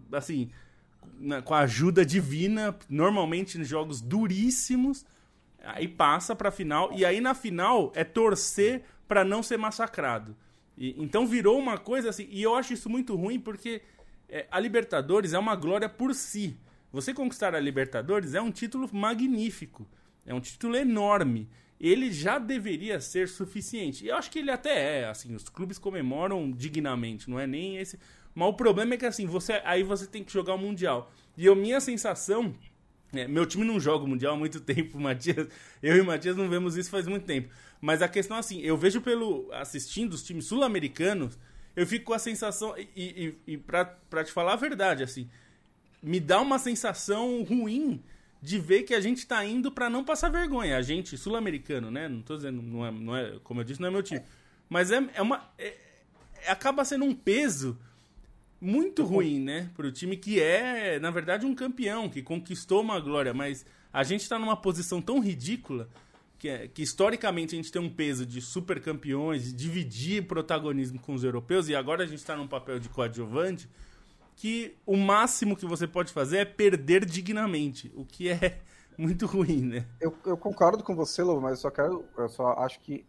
a ajuda divina, normalmente em jogos duríssimos, aí passa para a final, e aí na final é torcer para não ser massacrado. Então virou uma coisa assim, e eu acho isso muito ruim porque a Libertadores é uma glória por si. Você conquistar a Libertadores é um título magnífico. É um título enorme. Ele já deveria ser suficiente. E eu acho que ele até é. Assim, os clubes comemoram dignamente. Não é nem esse... Mas o problema é que assim, aí você tem que jogar o Mundial. E minha sensação... meu time não joga o Mundial há muito tempo, Matias. Eu e o Matias não vemos isso faz muito tempo. Mas a questão é assim, eu vejo assistindo os times sul-americanos, eu fico com a sensação... E pra te falar a verdade, assim... Me dá uma sensação ruim... de ver que a gente tá indo pra não passar vergonha. A gente, sul-americano, né? Não tô dizendo, não é, como eu disse, não é meu time. Mas acaba sendo um peso muito ruim, né? Pro time que é, na verdade, um campeão, que conquistou uma glória. Mas a gente tá numa posição tão ridícula que historicamente a gente tem um peso de super campeões, de dividir protagonismo com os europeus, e agora a gente está num papel de coadjuvante, que o máximo que você pode fazer é perder dignamente, o que é muito ruim, né? Eu concordo com você, Lobo, mas eu só acho que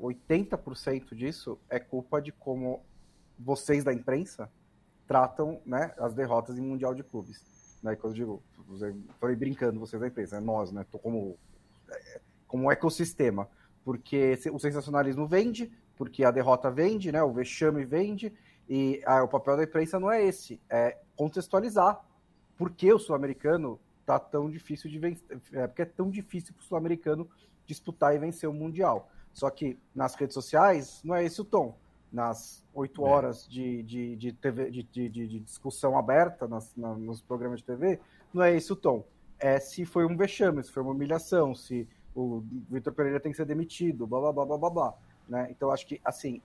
80% disso é culpa de como vocês da imprensa tratam, né, as derrotas em Mundial de Clubes. Né? Quando eu digo, falei brincando, vocês da imprensa, nós, né? Tô como um ecossistema. Porque o sensacionalismo vende, porque a derrota vende, né? O vexame vende, e o papel da imprensa não é esse, é contextualizar por que o sul-americano tá tão difícil de vencer, porque é tão difícil para o sul-americano disputar e vencer o Mundial. Só que nas redes sociais não é esse o tom. Nas 8 horas de TV, de discussão aberta nos programas de TV, não é esse o tom. É se foi um vexame, se foi uma humilhação, se o Vitor Pereira tem que ser demitido, blá, blá, blá, blá, blá, blá, né? Então, acho que, assim,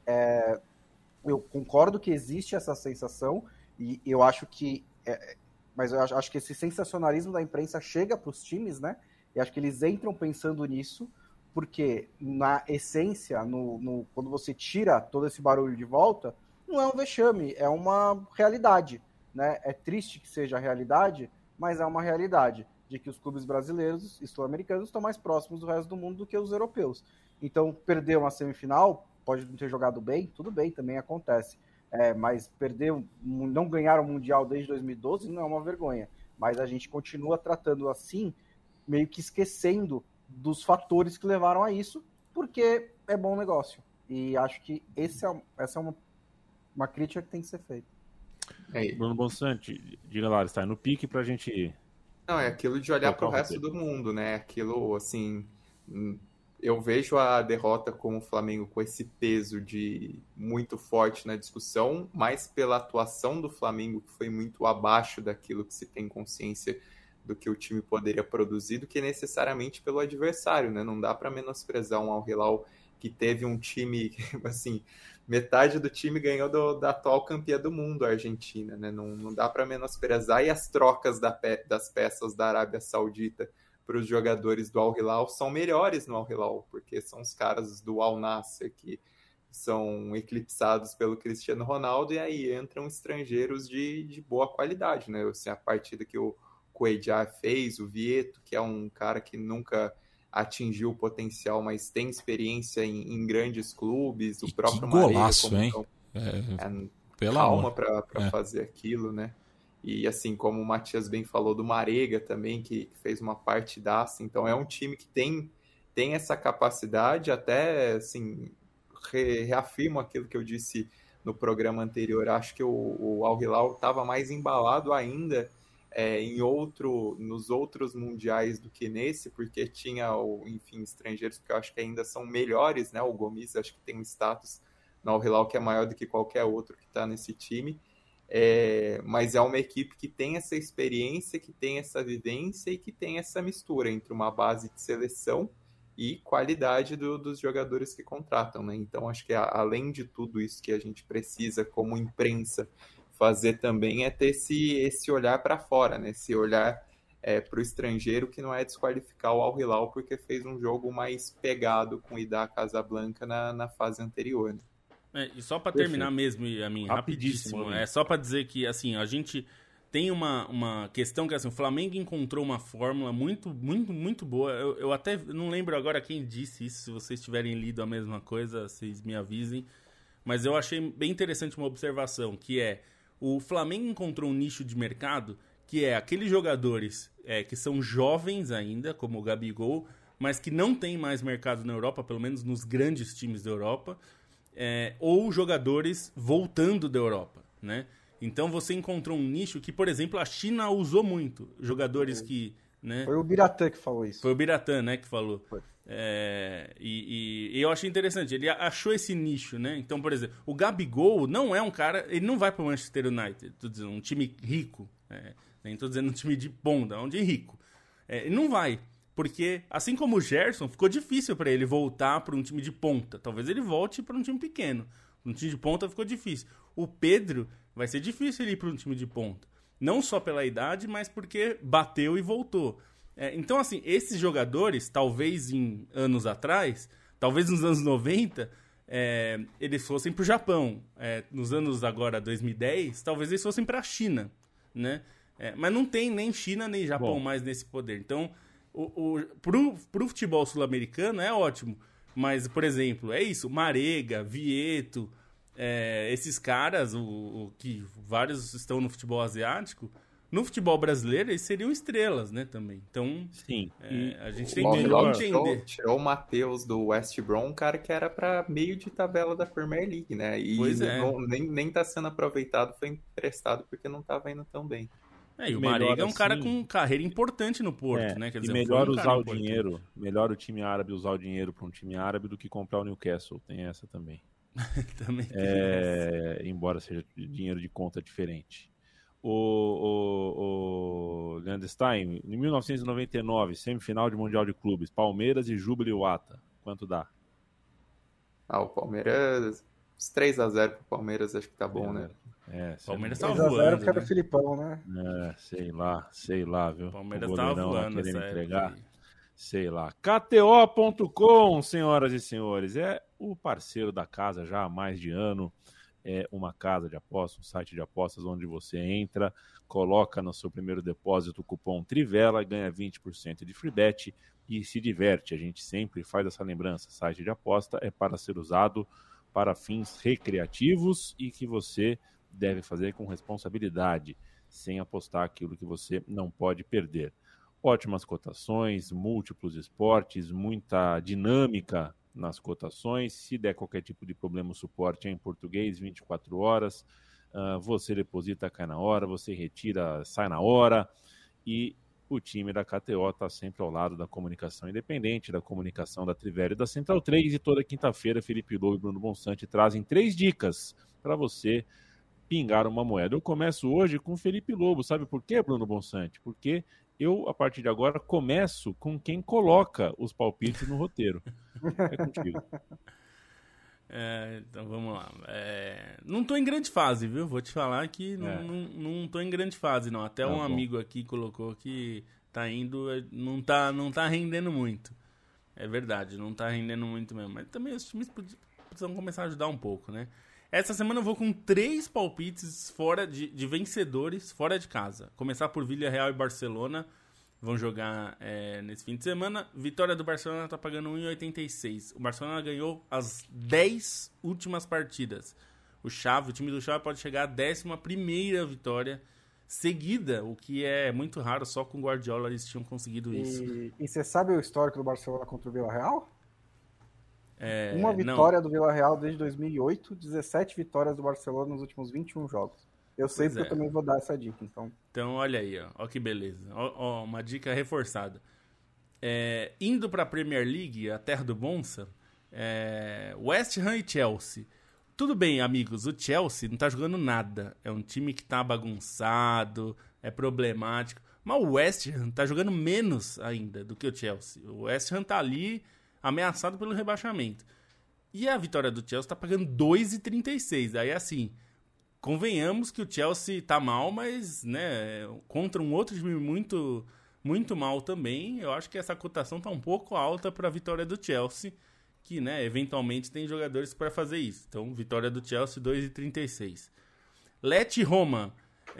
eu concordo que existe essa sensação, e eu acho que... mas eu acho que esse sensacionalismo da imprensa chega para os times, né? E acho que eles entram pensando nisso, porque na essência, quando você tira todo esse barulho de volta, não é um vexame, é uma realidade, né? É triste que seja a realidade, mas é uma realidade de que os clubes brasileiros e sul-americanos estão mais próximos do resto do mundo do que os europeus. Então, perder uma semifinal, pode não ter jogado bem, tudo bem, também acontece. Mas não ganhar o Mundial desde 2012 não é uma vergonha. Mas a gente continua tratando assim, meio que esquecendo dos fatores que levaram a isso, porque é bom negócio. E acho que essa é uma crítica que tem que ser feita. Bruno Bonsante, diga lá, está no pique pra gente ir. Não, é aquilo de olhar para o resto do mundo, né? Aquilo, assim, eu vejo a derrota com o Flamengo com esse peso de muito forte na discussão, mais pela atuação do Flamengo, que foi muito abaixo daquilo que se tem consciência do que o time poderia produzir, do que necessariamente pelo adversário, né? Não dá para menosprezar um Al Hilal que teve um time, assim, metade do time ganhou da atual campeã do mundo, a Argentina, né? Não dá para menosprezar, e as trocas das peças da Arábia Saudita para os jogadores do Al Hilal são melhores no Al Hilal, porque são os caras do Al Nassr que são eclipsados pelo Cristiano Ronaldo, e aí entram estrangeiros de boa qualidade, né? Assim, a partida que o Cuéllar fez, o Vieto, que é um cara que nunca atingiu o potencial, mas tem experiência em grandes clubes, o próprio golaço, hein? Calma para fazer aquilo, né? E assim, como o Matias bem falou do Marega também, que fez uma partidaça, então é um time que tem essa capacidade, até assim, reafirmo aquilo que eu disse no programa anterior, acho que o Al Hilal estava mais embalado ainda nos outros mundiais do que nesse, porque tinha, enfim, estrangeiros que eu acho que ainda são melhores, né? O Gomis acho que tem um status no Al Hilal que é maior do que qualquer outro que está nesse time, mas é uma equipe que tem essa experiência, que tem essa vivência e que tem essa mistura entre uma base de seleção e qualidade dos jogadores que contratam, né? Então acho que além de tudo isso que a gente precisa como imprensa fazer também é ter esse olhar para fora, né? Esse olhar para o estrangeiro, que não é desqualificar o Al Hilal porque fez um jogo mais pegado com o Idá Casablanca na fase anterior, né? E só para terminar mesmo, a mim, rapidíssimo, só para dizer que assim, a gente tem uma questão que assim, o Flamengo encontrou uma fórmula muito, muito, muito boa. Eu até não lembro agora quem disse isso, se vocês tiverem lido a mesma coisa, vocês me avisem, mas eu achei bem interessante uma observação, que o Flamengo encontrou um nicho de mercado que é aqueles jogadores que são jovens ainda, como o Gabigol, mas que não tem mais mercado na Europa, pelo menos nos grandes times da Europa, ou jogadores voltando da Europa, né? Então você encontrou um nicho que, por exemplo, a China usou muito. Jogadores que... né? Foi o Biratã que falou isso. Foi o Biratã, né, que falou. Foi. E eu achei interessante, ele achou esse nicho, né? Então, por exemplo, o Gabigol não é um cara, ele não vai para o Manchester United, tô dizendo, um time rico, nem tô dizendo um time de ponta, um time rico. Ele não vai, porque assim como o Gerson, ficou difícil para ele voltar para um time de ponta. Talvez ele volte para um time pequeno. Um time de ponta ficou difícil. O Pedro, vai ser difícil ele ir para um time de ponta. Não só pela idade, mas porque bateu e voltou. Então, assim, esses jogadores, talvez em anos atrás, talvez nos anos 90, eles fossem pro Japão. Nos anos agora, 2010, talvez eles fossem pra China, né? Mas não tem nem China nem Japão mais nesse poder. Então, pro futebol sul-americano é ótimo. Mas, por exemplo, é isso, Marega, Vieto, esses caras, que vários estão no futebol asiático, no futebol brasileiro eles seriam estrelas, né, também. Então, sim. A gente tem que entender. Tirou o Matheus do West Brom, um cara que era para meio de tabela da Premier League, né? E nem tá sendo aproveitado, foi emprestado porque não tava indo tão bem. E o Marega é um cara com carreira importante no Porto, né? Quer dizer, melhor usar o dinheiro, melhor o time árabe usar o dinheiro para um time árabe do que comprar o Newcastle. Tem essa também. Também tem essa. Embora seja dinheiro de conta diferente. O Leandro Stein, em 1999, semifinal de Mundial de Clubes, Palmeiras e Jubilee-Wata. Quanto dá? O Palmeiras, 3-0 pro Palmeiras, acho que tá bom, né? Palmeiras tava voando, porque era o Filipão, né? Sei lá, viu? Palmeiras tava voando querendo entregar. Sei lá. KTO.com, senhoras e senhores, é o parceiro da casa já há mais de ano. É uma casa de apostas, um site de apostas onde você entra, coloca no seu primeiro depósito o cupom Trivela, ganha 20% de free bet e se diverte. A gente sempre faz essa lembrança, site de aposta é para ser usado para fins recreativos e que você deve fazer com responsabilidade, sem apostar aquilo que você não pode perder. Ótimas cotações, múltiplos esportes, muita dinâmica nas cotações. Se der qualquer tipo de problema, o suporte é em português, 24 horas. Você deposita, cai na hora, você retira, sai na hora. E o time da KTO está sempre ao lado da comunicação independente, da comunicação da Trivela e da Central 3. E toda quinta-feira, Felipe Lobo e Bruno Bonsante trazem 3 dicas para você pingar uma moeda. Eu começo hoje com o Felipe Lobo. Sabe por quê, Bruno Bonsante? Porque eu, a partir de agora, começo com quem coloca os palpites no roteiro. É contigo. Então vamos lá. Não tô em grande fase, viu? Vou te falar que não tô em grande fase, não. Até um amigo aqui colocou que tá indo, não tá rendendo muito. É verdade, não tá rendendo muito mesmo. Mas também os times precisam começar a ajudar um pouco, né? Essa semana eu vou com 3 palpites fora de vencedores fora de casa. Começar por Villarreal e Barcelona. Vão jogar nesse fim de semana. Vitória do Barcelona tá pagando 1,86. O Barcelona ganhou as 10 últimas partidas. O time do Xavi pode chegar à 11ª vitória seguida, o que é muito raro. Só com o Guardiola eles tinham conseguido isso. E você sabe o histórico do Barcelona contra o Villarreal? Uma vitória do Villarreal desde 2008, 17 vitórias do Barcelona nos últimos 21 jogos. Eu sei porque eu também vou dar essa dica, então. Então, olha aí, ó que beleza. Ó, uma dica reforçada. Indo para a Premier League, a terra do Bonsa, West Ham e Chelsea. Tudo bem, amigos, o Chelsea não tá jogando nada. É um time que tá bagunçado, é problemático. Mas o West Ham tá jogando menos ainda do que o Chelsea. O West Ham tá ali ameaçado pelo rebaixamento. E a vitória do Chelsea tá pagando 2,36. Aí, assim, convenhamos que o Chelsea tá mal, mas, né, contra um outro time muito, muito mal também, eu acho que essa cotação tá um pouco alta para a vitória do Chelsea, que, né, eventualmente tem jogadores para fazer isso. Então, vitória do Chelsea, 2,36. Lecce Roma.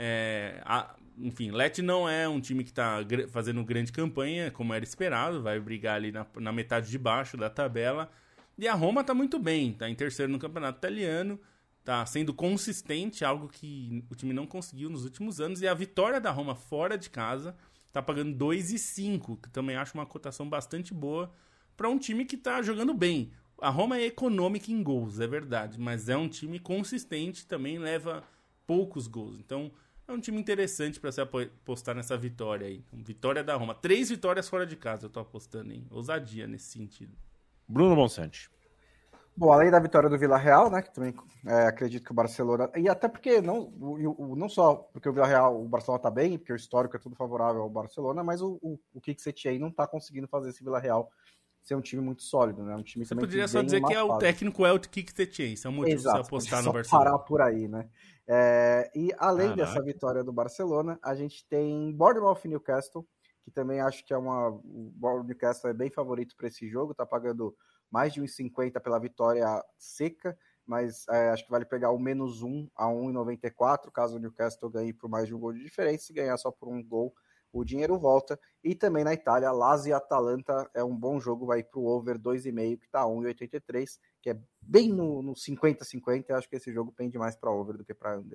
Enfim, Lecce não é um time que está fazendo grande campanha, como era esperado, vai brigar ali na metade de baixo da tabela. E a Roma está muito bem, está em terceiro no campeonato italiano, está sendo consistente, algo que o time não conseguiu nos últimos anos. E a vitória da Roma fora de casa está pagando 2,5, que também acho uma cotação bastante boa para um time que está jogando bem. A Roma é econômica em gols, é verdade, mas é um time consistente, também leva poucos gols. Então, é um time interessante para se apostar nessa vitória aí. Vitória da Roma. 3 vitórias fora de casa, eu tô apostando em ousadia nesse sentido. Bruno Bonsante. Bom, além da vitória do Villarreal, né, que também acredito que o Barcelona... E até porque, não só porque o Villarreal, o Barcelona tá bem, porque o histórico é tudo favorável ao Barcelona, mas o Kik-Setien não tá conseguindo fazer esse Villarreal ser um time muito sólido, né? Um time você poderia só dizer que o técnico é o Kik-Setien, isso é um motivo para você apostar no Barcelona. Parar por aí, né? E além dessa vitória do Barcelona, a gente tem Bournemouth e Newcastle, que que também acho que o Newcastle é bem favorito para esse jogo, tá pagando mais de 1,50 pela vitória seca, mas acho que vale pegar o -1 a 1,94, caso o Newcastle ganhe por mais de um gol de diferença. Se ganhar só por um gol, o dinheiro volta. E também na Itália, Lazio e Atalanta é um bom jogo, vai para o over 2,5, que está 1,83, que é bem no 50-50. Acho que esse jogo pende mais para over do que para under.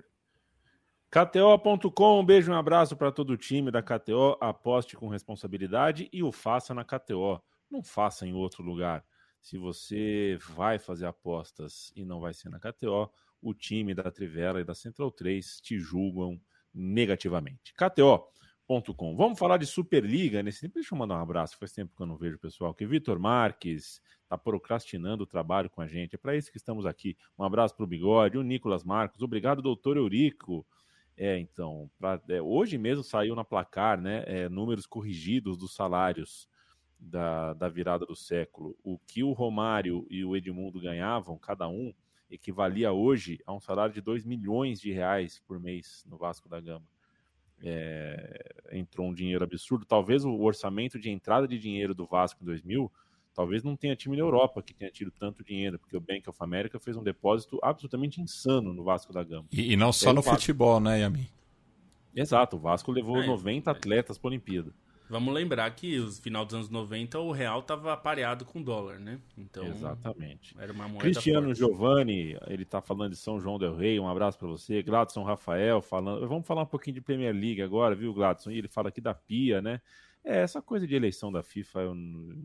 KTO.com, um beijo e um abraço para todo o time da KTO. Aposte com responsabilidade e o faça na KTO. Não faça em outro lugar. Se você vai fazer apostas e não vai ser na KTO, o time da Trivela e da Central 3 te julgam negativamente. KTO.com. Vamos falar de Superliga nesse tempo. Deixa eu mandar um abraço, faz tempo que eu não vejo o pessoal, que Vitor Marques está procrastinando o trabalho com a gente. É para isso que estamos aqui. Um abraço para o Bigode, o Nicolas Marcos. Obrigado, doutor Eurico. Então, hoje mesmo saiu na Placar, né, números corrigidos dos salários da virada do século. O que o Romário e o Edmundo ganhavam, cada um, equivalia hoje a um salário de 2 milhões de reais por mês no Vasco da Gama. Entrou um dinheiro absurdo. Talvez o orçamento de entrada de dinheiro do Vasco em 2000, talvez não tenha time na Europa que tenha tido tanto dinheiro, porque o Bank of America fez um depósito absolutamente insano no Vasco da Gama. E não só no futebol, né, Yamin? Exato, o Vasco levou 90 atletas para a Olimpíada. Vamos lembrar que no final dos anos 90 o real estava pareado com o dólar, né? Então, exatamente. Era uma moeda Cristiano forte. Giovanni, ele está falando de São João del Rei, um abraço para você. Gladson Rafael falando. Vamos falar um pouquinho de Premier League agora, viu, Gladson? E ele fala aqui da PIA, né? Essa coisa de eleição da FIFA eu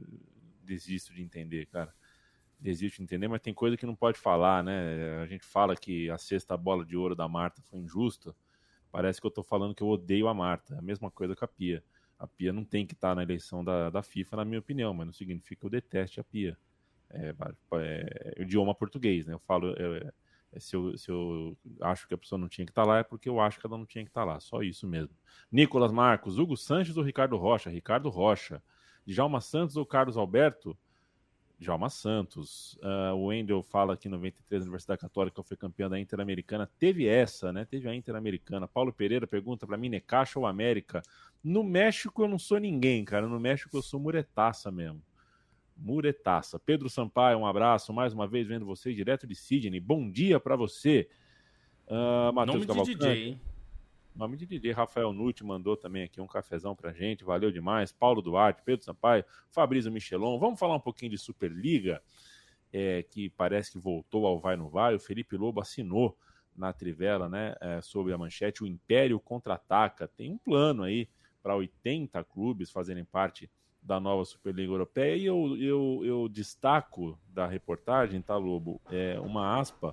desisto de entender, cara. Desisto de entender, mas tem coisa que não pode falar, né? A gente fala que a sexta bola de ouro da Marta foi injusta. Parece que eu tô falando que eu odeio a Marta. É a mesma coisa com a PIA. A PIA não tem que estar na eleição da FIFA, na minha opinião, mas não significa que eu deteste a PIA. É idioma português, né? Eu falo, se eu acho que a pessoa não tinha que estar lá, é porque eu acho que ela não tinha que estar lá. Só isso mesmo. Nicolas Marcos, Hugo Sanches ou Ricardo Rocha? Ricardo Rocha. Djalma Santos ou Carlos Alberto? Djalma Santos. O Wendel fala aqui, 93, a Universidade Católica foi campeã da Interamericana. Teve essa, né? Teve a Interamericana. Paulo Pereira pergunta para mim, Necaxa ou América? No México eu não sou ninguém, cara. No México eu sou muretaça mesmo. Muretaça. Pedro Sampaio, um abraço. Mais uma vez vendo vocês direto de Sydney. Bom dia para você. Matheus Cavalcante. De DJ, hein? Nome de DJ, Rafael Nutti mandou também aqui um cafezão pra gente, valeu demais. Paulo Duarte, Pedro Sampaio, Fabrício Michelon. Vamos falar um pouquinho de Superliga, que parece que voltou ao vai no vai. O Felipe Lobo assinou na Trivela, né, sobre a manchete, o Império Contra-Ataca. Tem um plano aí para 80 clubes fazerem parte da nova Superliga Europeia. E eu destaco da reportagem, tá, Lobo, uma aspa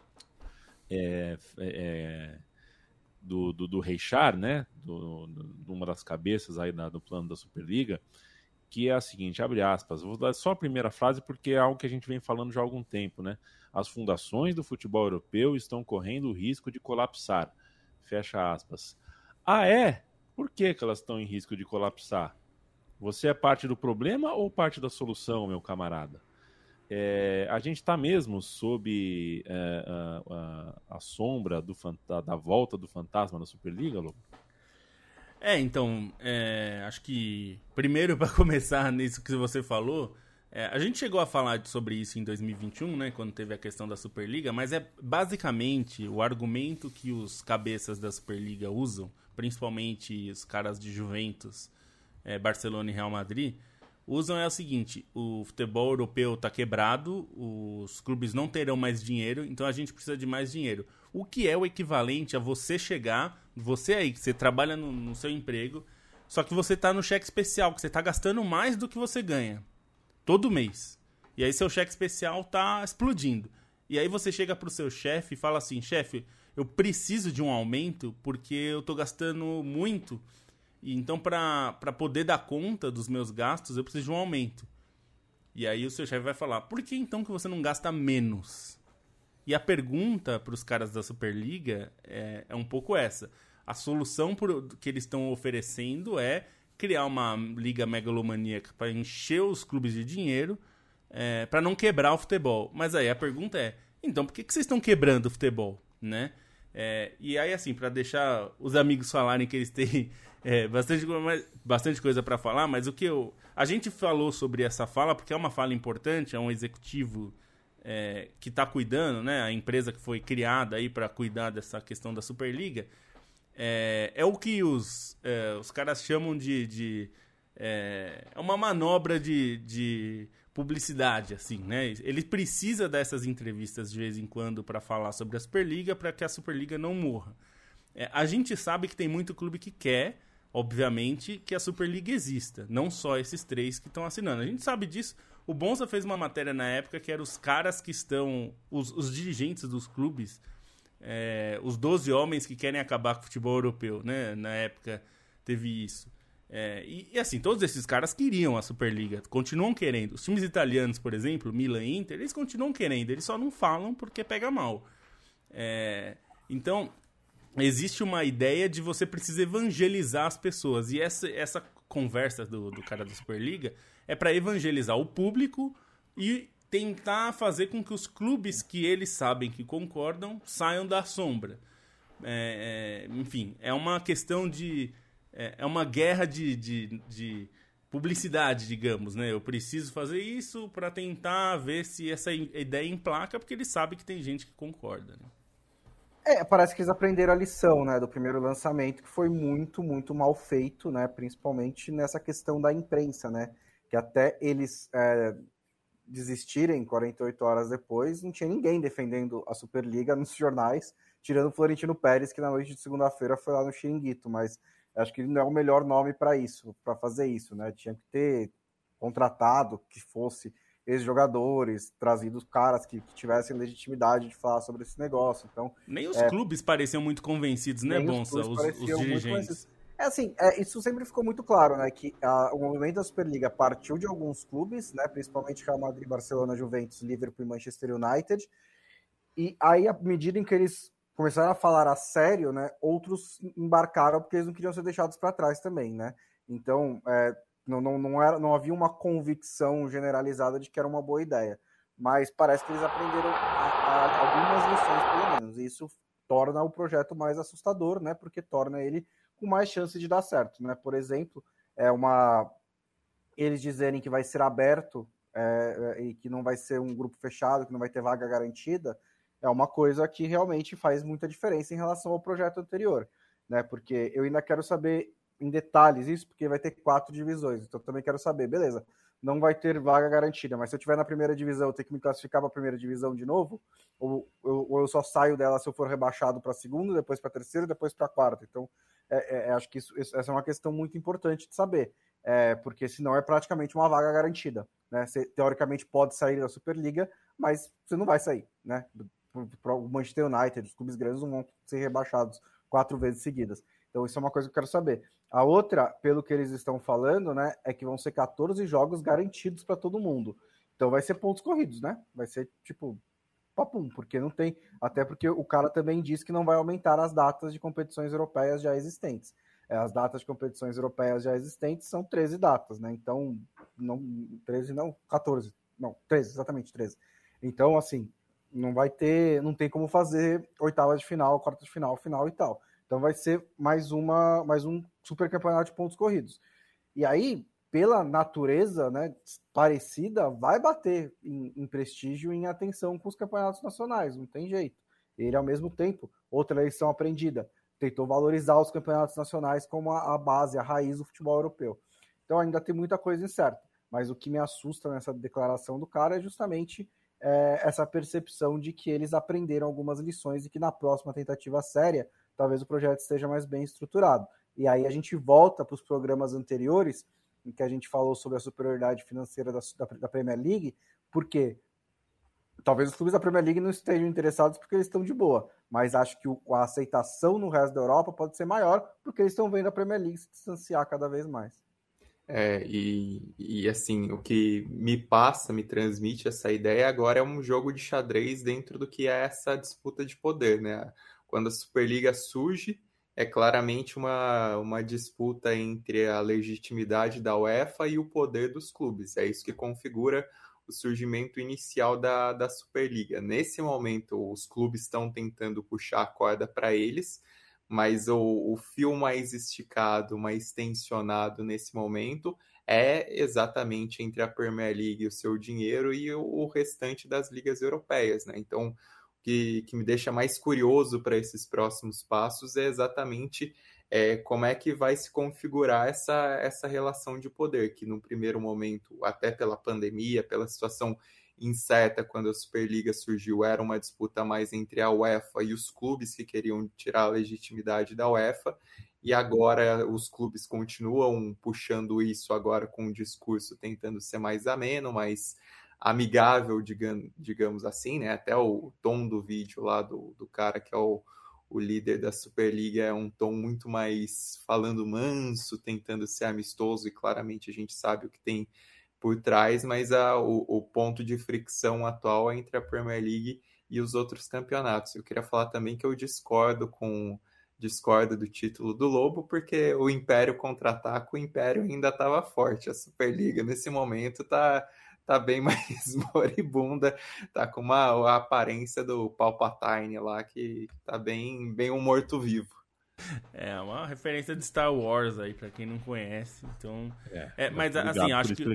do Reichar, né, de uma das cabeças aí do plano da Superliga, que é a seguinte, abre aspas, vou dar só a primeira frase porque é algo que a gente vem falando já há algum tempo, né? As fundações do futebol europeu estão correndo o risco de colapsar, fecha aspas. Por que elas estão em risco de colapsar? Você é parte do problema ou parte da solução, meu camarada? A gente está mesmo sob a sombra da volta do fantasma na Superliga, Lobo? Então, acho que primeiro, para começar nisso que você falou, a gente chegou a falar sobre isso em 2021, né, quando teve a questão da Superliga, mas basicamente o argumento que os cabeças da Superliga usam, principalmente os caras de Juventus, Barcelona e Real Madrid, usam é o seguinte: o futebol europeu está quebrado, os clubes não terão mais dinheiro, então a gente precisa de mais dinheiro. O que é o equivalente a você chegar, você aí, que você trabalha no seu emprego, só que você está no cheque especial, que você está gastando mais do que você ganha, todo mês. E aí seu cheque especial está explodindo. E aí você chega para o seu chefe e fala assim, chefe, eu preciso de um aumento porque eu estou gastando muito. Então, para poder dar conta dos meus gastos, eu preciso de um aumento. E aí o seu chefe vai falar, por que então que você não gasta menos? E a pergunta para os caras da Superliga é um pouco essa. A solução que eles estão oferecendo é criar uma liga megalomaníaca para encher os clubes de dinheiro, para não quebrar o futebol. Mas aí a pergunta é, então por que vocês estão quebrando o futebol, né? E aí, assim, para deixar os amigos falarem que eles têm bastante coisa para falar, mas a gente falou sobre essa fala porque é uma fala importante, é um executivo que está cuidando, né? A empresa que foi criada aí para cuidar dessa questão da Superliga. É o que os caras chamam de uma manobra de publicidade, assim, né? Ele precisa dessas entrevistas de vez em quando para falar sobre a Superliga, para que a Superliga não morra. A gente sabe que tem muito clube que quer, obviamente, que a Superliga exista, não só esses 3 que estão assinando. A gente sabe disso. O Bonsa fez uma matéria na época que eram os caras que estão, os dirigentes dos clubes, os 12 homens que querem acabar com o futebol europeu, né? Na época teve isso. E assim, todos esses caras queriam a Superliga, continuam querendo. Os times italianos, por exemplo, Milan e Inter, eles continuam querendo, eles só não falam porque pega mal. Então, existe uma ideia de você precisa evangelizar as pessoas. E essa conversa do cara da Superliga é para evangelizar o público e tentar fazer com que os clubes que eles sabem que concordam saiam da sombra. Enfim, é uma questão de... É uma guerra de publicidade, digamos, né? Eu preciso fazer isso para tentar ver se essa ideia emplaca, porque eles sabem que tem gente que concorda, né? Parece que eles aprenderam a lição, né, do primeiro lançamento, que foi muito, muito mal feito, né, principalmente nessa questão da imprensa, né, que até eles desistirem 48 horas depois, não tinha ninguém defendendo a Superliga nos jornais, tirando o Florentino Pérez, que na noite de segunda-feira foi lá no Chiringuito, mas acho que ele não é o melhor nome para isso, para fazer isso, né, tinha que ter contratado que fosse ex-jogadores, trazido caras que tivessem legitimidade de falar sobre esse negócio. Então, nem os clubes pareciam muito convencidos, né, Bonsa? Os dirigentes. Isso sempre ficou muito claro, né? Que o movimento da Superliga partiu de alguns clubes, né? Principalmente Real Madrid, Barcelona, Juventus, Liverpool e Manchester United. E aí, à medida em que eles começaram a falar a sério, né? Outros embarcaram porque eles não queriam ser deixados para trás também, né? Então, não havia uma convicção generalizada de que era uma boa ideia, mas parece que eles aprenderam algumas lições, pelo menos, e isso torna o projeto mais assustador, né, porque torna ele com mais chance de dar certo, né? Por exemplo, eles dizerem que vai ser aberto e que não vai ser um grupo fechado, que não vai ter vaga garantida, é uma coisa que realmente faz muita diferença em relação ao projeto anterior, né? Porque eu ainda quero saber em detalhes isso, porque vai ter 4 divisões, então eu também quero saber, beleza, não vai ter vaga garantida, mas se eu estiver na primeira divisão, eu tenho que me classificar para a primeira divisão de novo, ou eu só saio dela se eu for rebaixado para a segunda, depois para a terceira, depois para a quarta. Então, acho que essa é uma questão muito importante de saber, porque senão é praticamente uma vaga garantida, né? Você, teoricamente, pode sair da Superliga, mas você não vai sair, né? Para o Manchester United, os clubes grandes não vão ser rebaixados 4 vezes seguidas. Então, isso é uma coisa que eu quero saber. A outra, pelo que eles estão falando, né, é que vão ser 14 jogos garantidos para todo mundo. Então, vai ser pontos corridos, né? Vai ser, tipo, papum, porque não tem... Até porque o cara também disse que não vai aumentar as datas de competições europeias já existentes. As datas de competições europeias já existentes são 13 datas, né? Então, 14. Não, 13, exatamente 13. Então, assim, não tem como fazer oitavas de final, quartas de final, final e tal. Então vai ser mais um super campeonato de pontos corridos. E aí, pela natureza, né, parecida, vai bater em prestígio e em atenção com os campeonatos nacionais, não tem jeito. Ele, ao mesmo tempo, outra lição aprendida, tentou valorizar os campeonatos nacionais como a base, a raiz do futebol europeu. Então ainda tem muita coisa incerta, mas o que me assusta nessa declaração do cara é justamente essa percepção de que eles aprenderam algumas lições e que na próxima tentativa séria talvez o projeto esteja mais bem estruturado. E aí a gente volta para os programas anteriores, em que a gente falou sobre a superioridade financeira da Premier League, porque talvez os clubes da Premier League não estejam interessados porque eles estão de boa, mas acho que a aceitação no resto da Europa pode ser maior porque eles estão vendo a Premier League se distanciar cada vez mais. E assim, o que me transmite essa ideia agora é um jogo de xadrez dentro do que é essa disputa de poder, né? Quando a Superliga surge, é claramente uma disputa entre a legitimidade da UEFA e o poder dos clubes. É isso que configura surgimento inicial da Superliga. Nesse momento, os clubes estão tentando puxar a corda para eles, mas o fio mais esticado, mais tensionado nesse momento é exatamente entre a Premier League e o seu dinheiro e o restante das ligas europeias, né? Então, o que me deixa mais curioso para esses próximos passos é exatamente como é que vai se configurar essa relação de poder, que no primeiro momento, até pela pandemia, pela situação incerta quando a Superliga surgiu, era uma disputa mais entre a UEFA e os clubes que queriam tirar a legitimidade da UEFA, e agora os clubes continuam puxando isso agora com um discurso tentando ser mais ameno, mais amigável, digamos assim, né? Até o tom do vídeo lá do cara que é o líder da Superliga é um tom muito mais falando manso, tentando ser amistoso, e claramente a gente sabe o que tem por trás, mas o ponto de fricção atual é entre a Premier League e os outros campeonatos. Eu queria falar também que eu discordo do título do Lobo, porque o Império contra-ataca, o Império ainda estava forte. A Superliga, nesse momento, tá bem mais moribunda, tá com a aparência do Palpatine lá, que tá bem um morto-vivo. É uma referência de Star Wars aí, pra quem não conhece. Então, mas assim, acho que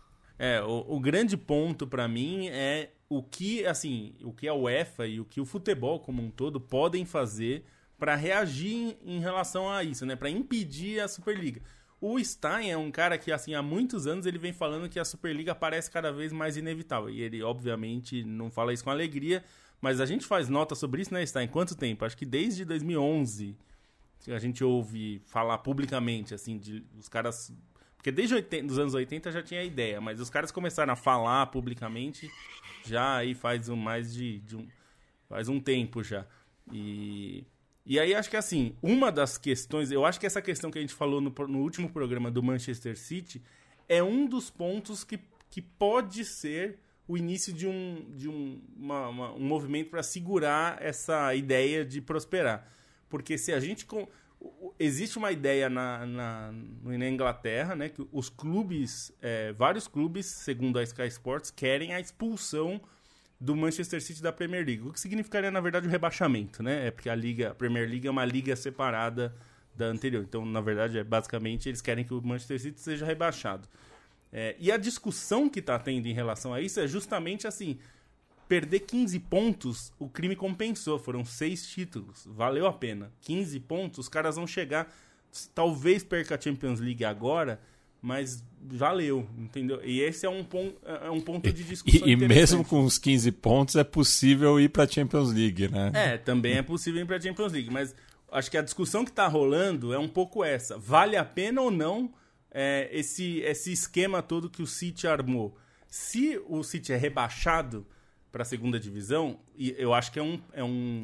o grande ponto pra mim é o que a UEFA e o que o futebol como um todo podem fazer para reagir em relação a isso, né? Para impedir a Superliga. O Stein é um cara que, assim, há muitos anos ele vem falando que a Superliga parece cada vez mais inevitável. E ele, obviamente, não fala isso com alegria, mas a gente faz nota sobre isso, né, Stein? Quanto tempo? Acho que desde 2011 a gente ouve falar publicamente, assim, os caras... Porque desde os anos 80 já tinha a ideia, mas os caras começaram a falar publicamente já aí faz faz um tempo já. E aí acho que, assim, uma das questões... Eu acho que essa questão que a gente falou no último programa do Manchester City é um dos pontos que pode ser o início de um movimento para segurar essa ideia de prosperar. Porque se a gente... Existe uma ideia na Inglaterra, né, que os clubes, vários clubes, segundo a Sky Sports, querem a expulsão do Manchester City da Premier League, o que significaria, na verdade, o rebaixamento, né? É porque a Premier League é uma liga separada da anterior. Então, na verdade, basicamente, eles querem que o Manchester City seja rebaixado. E a discussão que está tendo em relação a isso é justamente assim, perder 15 pontos, o crime compensou, foram 6 títulos, valeu a pena. 15 pontos, os caras vão chegar, talvez perca a Champions League agora, mas valeu, entendeu? E esse é um ponto de discussão e mesmo com os 15 pontos é possível ir para a Champions League, né? Também é possível ir para a Champions League, mas acho que a discussão que está rolando é um pouco essa. Vale a pena ou não esse esquema todo que o City armou? Se o City é rebaixado para a segunda divisão, eu acho que é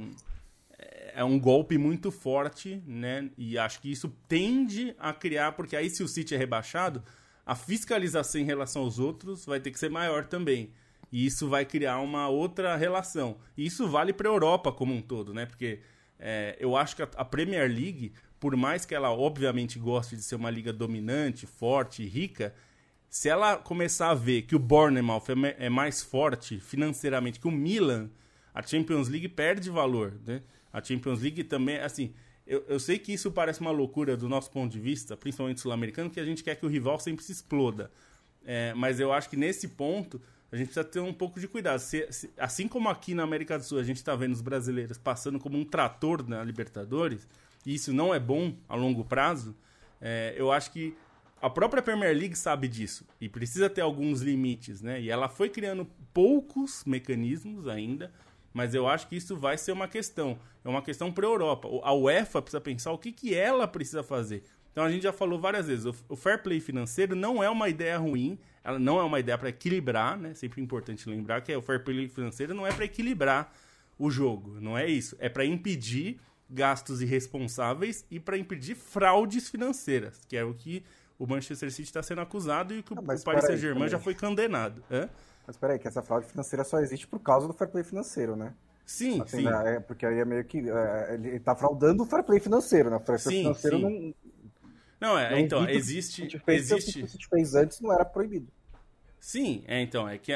um golpe muito forte, né? E acho que isso tende a criar, porque aí se o City é rebaixado, a fiscalização em relação aos outros vai ter que ser maior também. E isso vai criar uma outra relação. E isso vale para a Europa como um todo, né? Porque eu acho que a Premier League, por mais que ela obviamente goste de ser uma liga dominante, forte e rica, se ela começar a ver que o Bournemouth é mais forte financeiramente que o Milan, a Champions League perde valor, né? A Champions League também, assim, eu sei que isso parece uma loucura do nosso ponto de vista, principalmente sul-americano, que a gente quer que o rival sempre se exploda. Mas eu acho que nesse ponto a gente precisa ter um pouco de cuidado. Assim como aqui na América do Sul a gente está vendo os brasileiros passando como um trator na Libertadores, e isso não é bom a longo prazo, eu acho que a própria Premier League sabe disso e precisa ter alguns limites, né? E ela foi criando poucos mecanismos ainda, mas eu acho que isso vai ser uma questão. É uma questão para a Europa. A UEFA precisa pensar o que ela precisa fazer. Então a gente já falou várias vezes, o fair play financeiro não é uma ideia ruim, ela não é uma ideia para equilibrar, né? Sempre importante lembrar que o fair play financeiro não é para equilibrar o jogo, não é isso. É para impedir gastos irresponsáveis e para impedir fraudes financeiras, que é o que o Manchester City está sendo acusado e que o Paris Saint-Germain já foi condenado. Mas peraí, que essa fraude financeira só existe por causa do fair play financeiro, né? Sim, assim, sim. Né? Porque aí é meio que... ele tá fraudando o fair play financeiro, né? O fair play financeiro não... Não, então, existe... O que a gente fez antes não era proibido. Sim, então, é que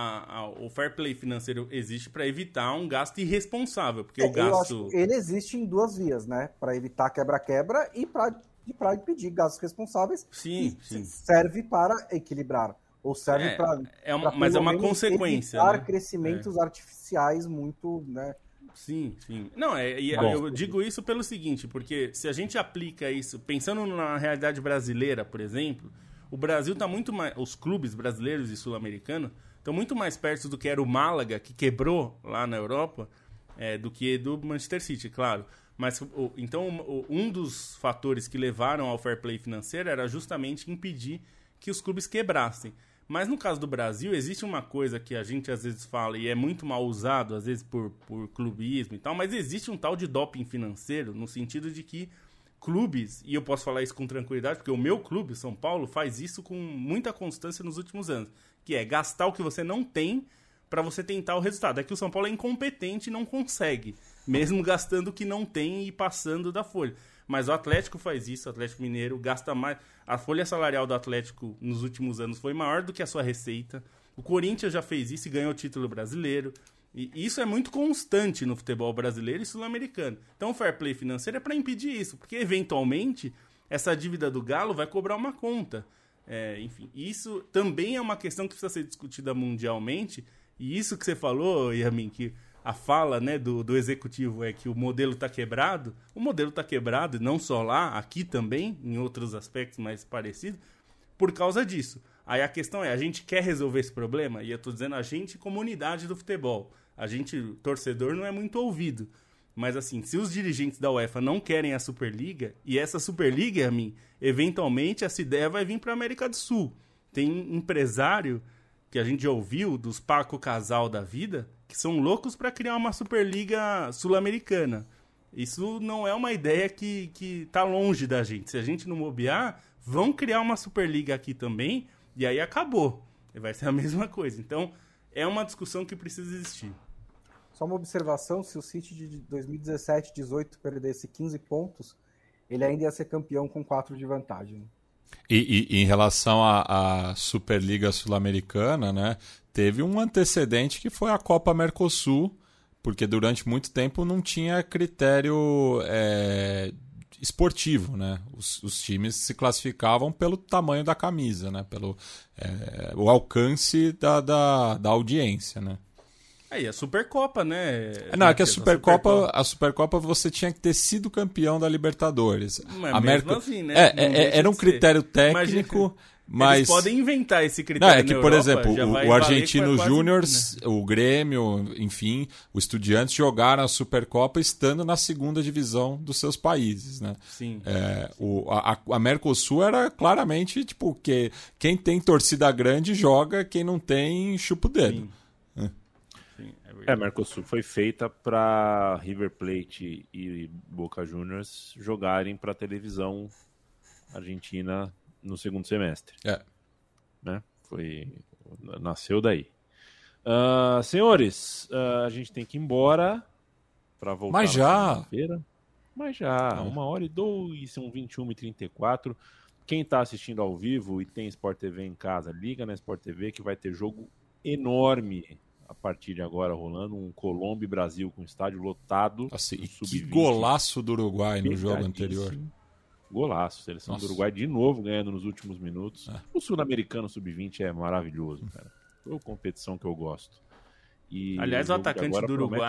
o fair play financeiro existe para evitar um gasto irresponsável, porque o gasto... Eu acho que ele existe em duas vias, né? Para evitar quebra-quebra e para impedir gastos responsáveis. Sim. Serve para equilibrar, ou serve para... Mas é uma consequência, evitar né? crescimentos artificiais muito, né? Sim. Não, eu digo isso pelo seguinte, porque se a gente aplica isso, pensando na realidade brasileira, por exemplo, o Brasil está muito mais... Os clubes brasileiros e sul-americanos estão muito mais perto do que era o Málaga, que quebrou lá na Europa, do que do Manchester City, claro. Mas, então, um dos fatores que levaram ao fair play financeiro era justamente impedir que os clubes quebrassem. Mas no caso do Brasil, existe uma coisa que a gente às vezes fala e é muito mal usado, às vezes por clubismo e tal, mas existe um tal de doping financeiro, no sentido de que clubes, e eu posso falar isso com tranquilidade, porque o meu clube, São Paulo, faz isso com muita constância nos últimos anos, que é gastar o que você não tem para você tentar o resultado. É que o São Paulo é incompetente e não consegue, mesmo gastando o que não tem e passando da folha. Mas o Atlético faz isso, o Atlético Mineiro gasta mais. A folha salarial do Atlético nos últimos anos foi maior do que a sua receita. O Corinthians já fez isso e ganhou o título brasileiro. E isso é muito constante no futebol brasileiro e sul-americano. Então o fair play financeiro é para impedir isso, porque eventualmente essa dívida do Galo vai cobrar uma conta. Enfim, isso também é uma questão que precisa ser discutida mundialmente. E isso que você falou, Yamin, que a fala, né, do executivo é que o modelo está quebrado. O modelo está quebrado, não só lá, aqui também, em outros aspectos mais parecidos, por causa disso. Aí a questão é, a gente quer resolver esse problema? E eu estou dizendo a gente, comunidade do futebol. A gente, torcedor, não é muito ouvido. Mas assim, se os dirigentes da UEFA não querem a Superliga, e essa Superliga, a mim, eventualmente essa ideia vai vir para a América do Sul. Tem empresário que a gente já ouviu, dos Paco Casal da vida, que são loucos para criar uma Superliga sul-americana. Isso não é uma ideia que tá longe da gente. Se a gente não bobear, vão criar uma Superliga aqui também, e aí acabou. Vai ser a mesma coisa. Então, é uma discussão que precisa existir. Só uma observação, se o City de 2017-18 perdesse 15 pontos, ele ainda ia ser campeão com 4 de vantagem. E em relação à Superliga Sul-Americana, né, teve um antecedente que foi a Copa Mercosul, porque durante muito tempo não tinha critério esportivo, né? Os times se classificavam pelo tamanho da camisa, né? Pelo o alcance da audiência, né? Aí a Supercopa, né? Não, é que a Supercopa você tinha que ter sido campeão da Libertadores. Mas mesmo assim, né? Era um critério técnico, mas... Eles podem inventar esse critério. Não, é que, por exemplo, o Argentino Júnior, o Grêmio, enfim, o Estudiantes jogaram a Supercopa estando na segunda divisão dos seus países, né? Sim. A Mercosul era claramente, tipo, que quem tem torcida grande joga, quem não tem chupa o dedo. Sim. A Mercosul foi feita para River Plate e Boca Juniors jogarem para a televisão argentina no segundo semestre. Né? Nasceu daí. Senhores, a gente tem que ir embora para voltar. Mas já! Mas já, 1h02, são 21h34. Quem está assistindo ao vivo e tem Sport TV em casa, liga na Sport TV que vai ter jogo enorme a partir de agora rolando, um Colômbia e Brasil com estádio lotado. Nossa, e que golaço do Uruguai no jogo anterior. Golaço, seleção do Uruguai de novo ganhando nos últimos minutos. O Sul-Americano Sub-20 é maravilhoso, cara. É uma competição que eu gosto. E aliás, o atacante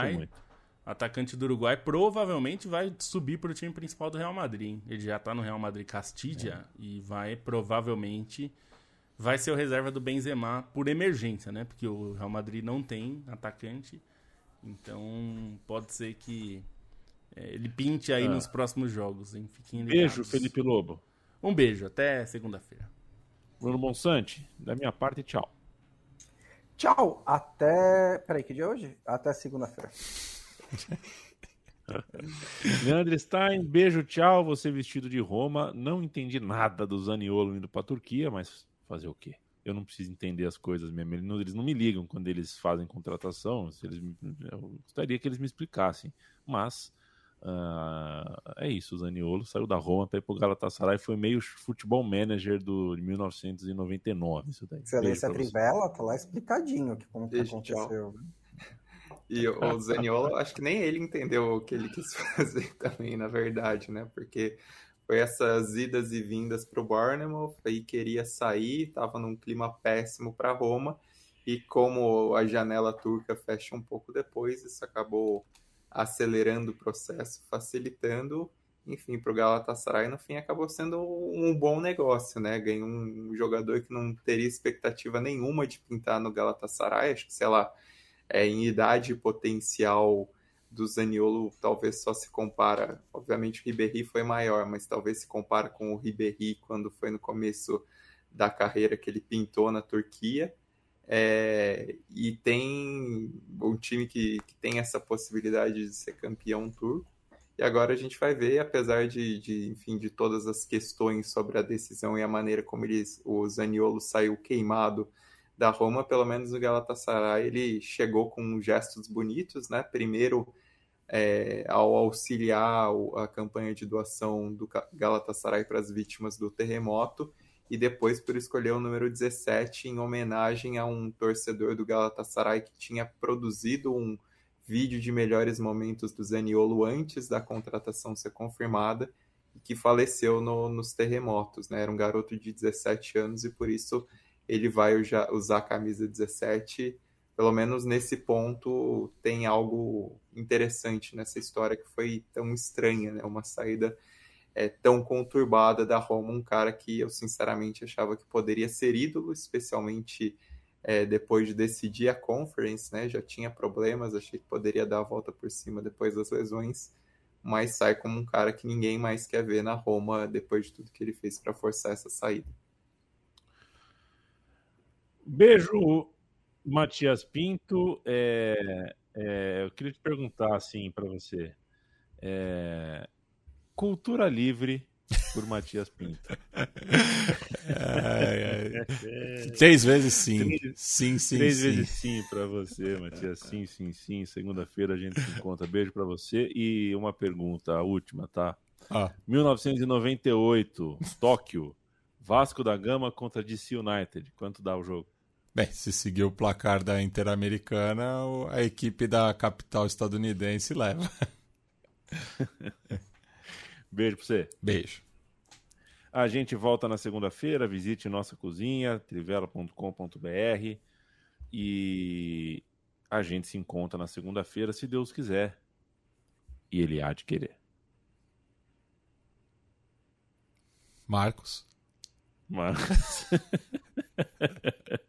do Uruguai provavelmente vai subir para o time principal do Real Madrid. Ele já está no Real Madrid Castilla e provavelmente vai ser o reserva do Benzema por emergência, né? Porque o Real Madrid não tem atacante. Então, pode ser que ele pinte aí nos próximos jogos. Hein? Fiquem ligados. Beijo, Felipe Lobo. Um beijo. Até segunda-feira. Bruno Monsante, da minha parte, tchau. Tchau. Até... Peraí, que dia é hoje? Até segunda-feira. Leandro Stein, beijo, tchau. Você vestido de Roma. Não entendi nada do Zaniolo indo pra Turquia, mas... fazer o quê? Eu não preciso entender as coisas mesmo. Eles não me ligam quando eles fazem contratação. Eu gostaria que eles me explicassem. Mas É isso, o Zaniolo saiu da Roma para ir pro Galatasaray, foi meio futebol manager de 1999, isso daí. Excelência Trivela, tá lá explicadinho como que aconteceu. E o Zaniolo, acho que nem ele entendeu o que ele quis fazer também, na verdade, né? Porque foi essas idas e vindas pro Bournemouth, aí queria sair, tava num clima péssimo para Roma, e como a janela turca fecha um pouco depois, isso acabou acelerando o processo, facilitando, enfim, para o Galatasaray, no fim acabou sendo um bom negócio, né? Ganhou um jogador que não teria expectativa nenhuma de pintar no Galatasaray, acho que, sei lá, em idade potencial do Zaniolo, talvez só se compara, obviamente o Ribéry foi maior, mas talvez se compara com o Ribéry quando foi no começo da carreira que ele pintou na Turquia. E tem um time que tem essa possibilidade de ser campeão turco, e agora a gente vai ver, apesar enfim, de todas as questões sobre a decisão e a maneira como o Zaniolo saiu queimado da Roma, pelo menos o Galatasaray ele chegou com gestos bonitos, né? Primeiro, ao auxiliar a campanha de doação do Galatasaray para as vítimas do terremoto, e depois por escolher o número 17 em homenagem a um torcedor do Galatasaray que tinha produzido um vídeo de melhores momentos do Zaniolo antes da contratação ser confirmada e que faleceu nos terremotos, né? Era um garoto de 17 anos e por isso ele vai usar a camisa 17. Pelo menos nesse ponto tem algo interessante nessa história que foi tão estranha, né? Uma saída tão conturbada da Roma, um cara que eu sinceramente achava que poderia ser ídolo, especialmente depois de decidir a Conference, né? Já tinha problemas, achei que poderia dar a volta por cima depois das lesões, mas sai como um cara que ninguém mais quer ver na Roma depois de tudo que ele fez para forçar essa saída. Beijo, Matias Pinto. Eu queria te perguntar assim para você. Cultura livre por Matias Pinto. 3 vezes sim. Sim. 3 vezes sim para você, Matias. Sim. Segunda-feira a gente se encontra. Beijo para você. E uma pergunta, a última, tá? 1998, Tóquio. Vasco da Gama contra DC United. Quanto dá o jogo? Bem, se seguir o placar da Interamericana, a equipe da capital estadunidense leva. Beijo pra você. Beijo. A gente volta na segunda-feira. Visite nossa cozinha, trivela.com.br. E a gente se encontra na segunda-feira, se Deus quiser. E Ele há de querer. Marcos.